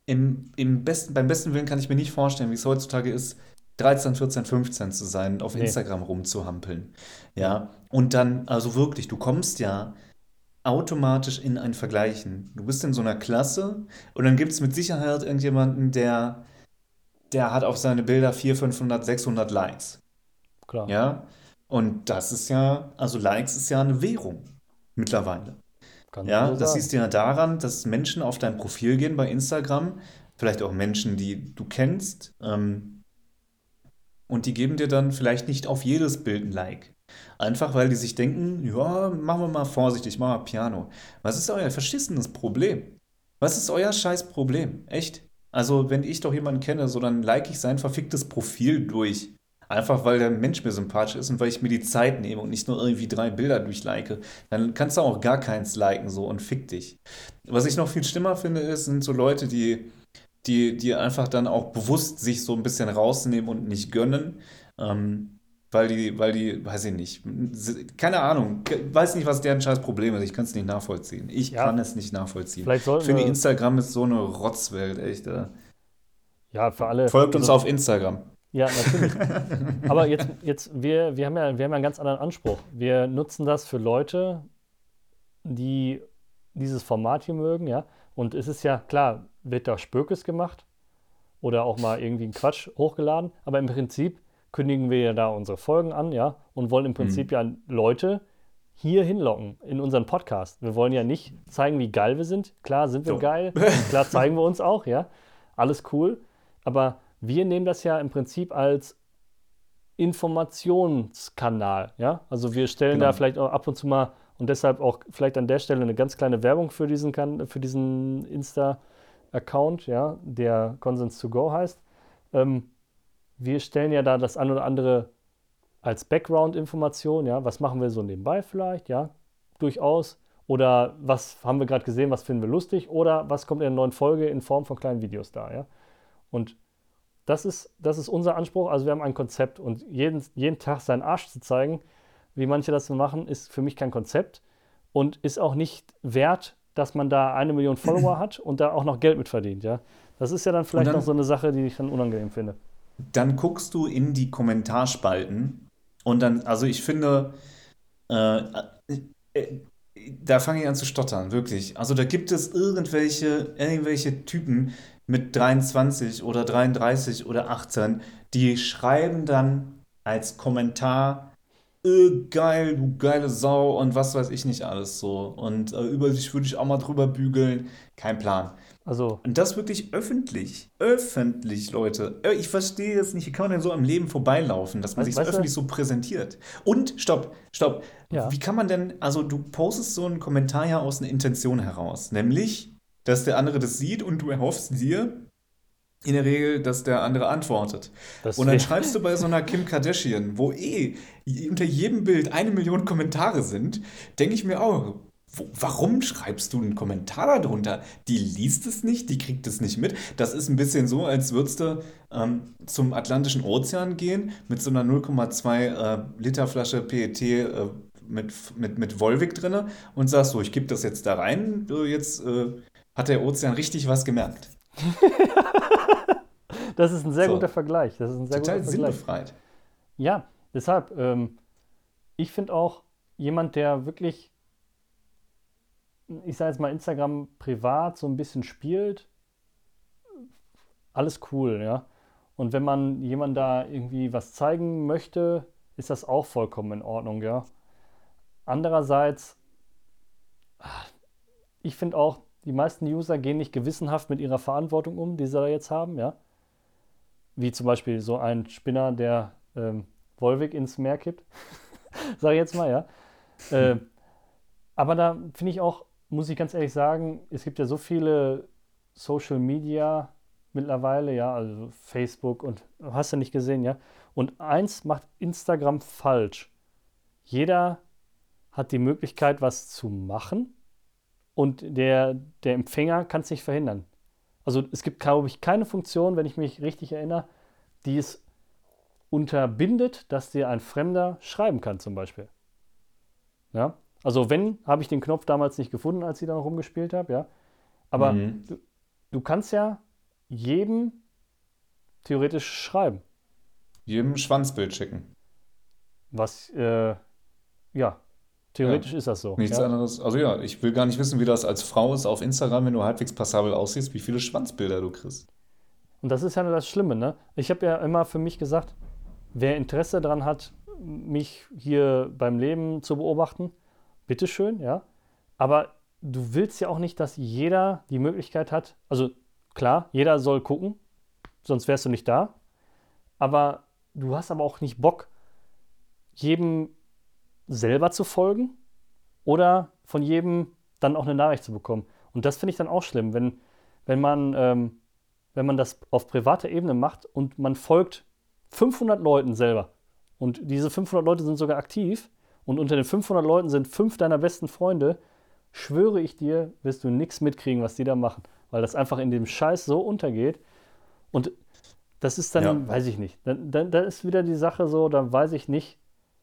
im, im besten, beim besten Willen kann ich mir nicht vorstellen, wie es heutzutage ist, dreizehn, vierzehn, fünfzehn zu sein, auf Nee, Instagram rumzuhampeln. nee, Ja, und dann, also wirklich, du kommst ja automatisch in ein Vergleichen. Du bist in so einer Klasse und dann gibt es mit Sicherheit irgendjemanden, der, der hat auf seine Bilder vierhundert, fünfhundert, sechshundert Likes. klar. Ja, und das ist ja, also Likes ist ja eine Währung mittlerweile. Kann man Ja, so das sagen. siehst du ja daran, dass Menschen auf dein Profil gehen bei Instagram, vielleicht auch Menschen, die du kennst, ähm, und die geben dir dann vielleicht nicht auf jedes Bild ein Like. Einfach weil die sich denken, ja, machen wir mal vorsichtig, machen wir Piano. Was ist euer verschissenes Problem? Was ist euer scheiß Problem? Echt? Also, wenn ich doch jemanden kenne, so dann like ich sein verficktes Profil durch. Einfach weil der Mensch mir sympathisch ist und weil ich mir die Zeit nehme und nicht nur irgendwie drei Bilder durchlike. Dann kannst du auch gar keins liken so und fick dich. Was ich noch viel schlimmer finde, ist, sind so Leute, die die, die einfach dann auch bewusst sich so ein bisschen rausnehmen und nicht gönnen, ähm, weil die, weil die, weiß ich nicht, keine Ahnung, weiß nicht, was deren scheiß Problem ist. Ich kann es nicht nachvollziehen. Ich kann Ja, es nicht nachvollziehen. vielleicht Ich sollten finde, wir, Instagram ist so eine Rotzwelt, echt. Äh. ja, für alle, Folgt uns also, auf Instagram. ja, natürlich. Aber jetzt, jetzt wir, wir haben ja, wir haben ja einen ganz anderen Anspruch. Wir nutzen das für Leute, die dieses Format hier mögen, ja. Und es ist ja klar, wird da Spökes gemacht oder auch mal irgendwie ein Quatsch hochgeladen, aber im Prinzip kündigen wir ja da unsere Folgen an, ja, und wollen im Prinzip Hm. ja Leute hier hinlocken in unseren Podcast. Wir wollen ja nicht zeigen, wie geil wir sind. Klar sind wir So. geil, klar zeigen wir uns auch, ja. Alles cool, aber wir nehmen das ja im Prinzip als Informationskanal, ja. Also wir stellen da Genau. vielleicht auch ab und zu mal und deshalb auch vielleicht an der Stelle eine ganz kleine Werbung für diesen, kan für diesen Insta-Account, ja, der Consens to Go heißt. Ähm, wir stellen ja da das ein oder andere als Background-Information, ja, was machen wir so nebenbei vielleicht, ja, durchaus. Oder was haben wir gerade gesehen, was finden wir lustig oder was kommt in der neuen Folge in Form von kleinen Videos da, ja. Und das ist, das ist unser Anspruch. Also wir haben ein Konzept und jeden, jeden Tag seinen Arsch zu zeigen, wie manche das so machen, ist für mich kein Konzept und ist auch nicht wert, dass man da eine Million Follower hat und da auch noch Geld mit verdient, ja. Das ist ja dann Und vielleicht noch so dann, eine Sache, die ich dann unangenehm finde. dann guckst du in die Kommentarspalten und dann, also ich finde, Äh, äh, da fange ich an zu stottern, wirklich. Also da gibt es irgendwelche, irgendwelche Typen mit dreiundzwanzig oder dreiunddreißig oder achtzehn, die schreiben dann als Kommentar, äh, geil, du geile Sau und was weiß ich nicht alles so. Und äh, über dich würde ich auch mal drüber bügeln. Kein Plan. Also, Und das wirklich öffentlich. Öffentlich, Leute. Äh, Ich verstehe es nicht. Wie kann man denn so am Leben vorbeilaufen, dass man weißt, sich weißt du, öffentlich so präsentiert? Und, stopp, stopp. ja, Wie kann man denn, also du postest so einen Kommentar ja aus einer Intention heraus. Nämlich, dass der andere das sieht und du erhoffst dir in der Regel, dass der andere antwortet. das Und dann wäre, schreibst du bei so einer Kim Kardashian, wo eh unter jedem Bild eine Million Kommentare sind, denke ich mir auch, wo, warum schreibst du einen Kommentar darunter? Die liest es nicht, die kriegt es nicht mit. Das ist ein bisschen so, als würdest du ähm, zum Atlantischen Ozean gehen mit so einer null Komma zwei äh, Liter Flasche P E T äh, mit, mit, mit Volvic drinne und sagst so, ich gebe das jetzt da rein, äh, jetzt äh, hat der Ozean richtig was gemerkt. das ist ein sehr guter So, Vergleich. Das ist ein sehr guter total Vergleich. sinnbefreit. Ja, deshalb, ähm, ich finde auch jemand, der wirklich, ich sage jetzt mal, Instagram privat so ein bisschen spielt, alles cool, ja. Und wenn man jemand da irgendwie was zeigen möchte, ist das auch vollkommen in Ordnung, ja. Andererseits, ich finde auch, die meisten User gehen nicht gewissenhaft mit ihrer Verantwortung um, die sie da jetzt haben, ja. Wie zum Beispiel so ein Spinner, der ähm, Volvic ins Meer kippt, sage ich jetzt mal, ja. Äh, aber da finde ich auch, muss ich ganz ehrlich sagen, es gibt ja so viele Social Media mittlerweile, ja, also Facebook und hast du nicht gesehen, ja. Und eins macht Instagram falsch. Jeder hat die Möglichkeit, was zu machen und der, der Empfänger kann es nicht verhindern. Also es gibt, glaube ich, keine Funktion, wenn ich mich richtig erinnere, die es unterbindet, dass dir ein Fremder schreiben kann, zum Beispiel. Ja? Also wenn, habe ich den Knopf damals nicht gefunden, als ich da noch rumgespielt habe, ja. Aber Mhm. du, du kannst ja jedem theoretisch schreiben. Jedem Schwanzbild schicken. Was, äh, ja, theoretisch ja. ist das so. Nichts ja? anderes. Also ja, ich will gar nicht wissen, wie das als Frau ist auf Instagram, wenn du halbwegs passabel aussiehst, wie viele Schwanzbilder du kriegst. Und das ist ja nur das Schlimme, ne? Ich habe ja immer für mich gesagt, wer Interesse daran hat, mich hier beim Leben zu beobachten, bitteschön, ja. Aber du willst ja auch nicht, dass jeder die Möglichkeit hat, also klar, jeder soll gucken, sonst wärst du nicht da. Aber du hast aber auch nicht Bock, jedem selber zu folgen oder von jedem dann auch eine Nachricht zu bekommen. Und das finde ich dann auch schlimm, wenn, wenn man, ähm, wenn man das auf privater Ebene macht und man folgt fünfhundert Leuten selber. Und diese fünfhundert Leute sind sogar aktiv und unter den fünfhundert Leuten sind fünf deiner besten Freunde, schwöre ich dir, wirst du nichts mitkriegen, was die da machen. Weil das einfach in dem Scheiß so untergeht. Und das ist dann, ja. weiß ich nicht. Da, da, da ist wieder die Sache so, da weiß ich nicht,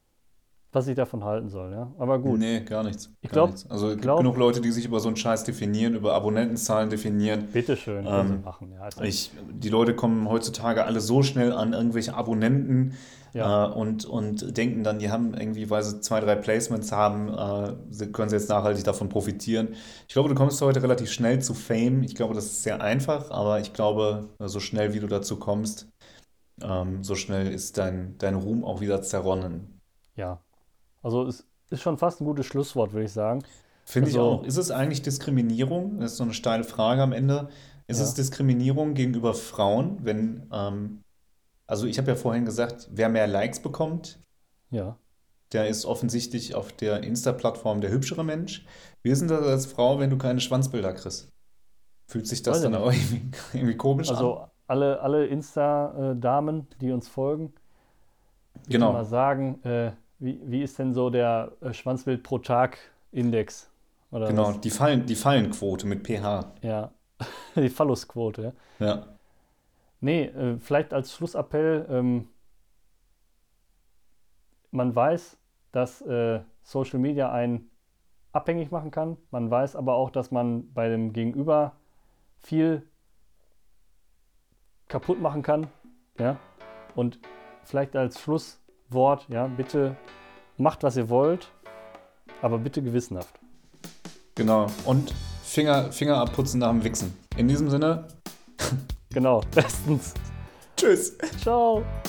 was ich davon halten soll. Ja? Aber gut. Nee, gar nichts. Ich glaube, also es gibt glaub, genug Leute, die sich über so einen Scheiß definieren, über Abonnentenzahlen definieren. Bitteschön, können ähm, sie machen. Ja, ich, die Leute kommen heutzutage alle so schnell an irgendwelche Abonnenten ja. äh, und, und denken dann, die haben irgendwie, weil sie zwei, drei Placements haben, äh, können sie jetzt nachhaltig davon profitieren. Ich glaube, du kommst heute relativ schnell zu Fame. Ich glaube, das ist sehr einfach, aber ich glaube, so schnell wie du dazu kommst, ähm, so schnell ist dein, dein Ruhm auch wieder zerronnen. Ja. Also es ist schon fast ein gutes Schlusswort, würde ich sagen. Finde also, ich auch. Ist es eigentlich Diskriminierung? Das ist so eine steile Frage am Ende. Ist ja. es Diskriminierung gegenüber Frauen, wenn, ähm, also ich habe ja vorhin gesagt, wer mehr Likes bekommt, ja. der ist offensichtlich auf der Insta-Plattform der hübschere Mensch. Wie ist denn das als Frau, wenn du keine Schwanzbilder kriegst? Fühlt sich das Weiß dann auch irgendwie, irgendwie komisch also an? Also alle, alle Insta-Damen, die uns folgen, ich genau. mal sagen, äh, Wie, wie ist denn so der äh, Schwanzbild pro Tag Index? Oder genau, was? die, Fallen, die Fallenquote mit pH. Ja, die Phallusquote. Ja. ja. Nee, äh, vielleicht als Schlussappell, ähm, man weiß, dass äh, Social Media einen abhängig machen kann. Man weiß aber auch, dass man bei dem Gegenüber viel kaputt machen kann. Ja? Und vielleicht als Schluss Wort, ja, bitte macht, was ihr wollt, aber bitte gewissenhaft. Genau, und Finger, Finger abputzen nach dem Wichsen. In diesem Sinne. Genau, bestens. Tschüss. Ciao.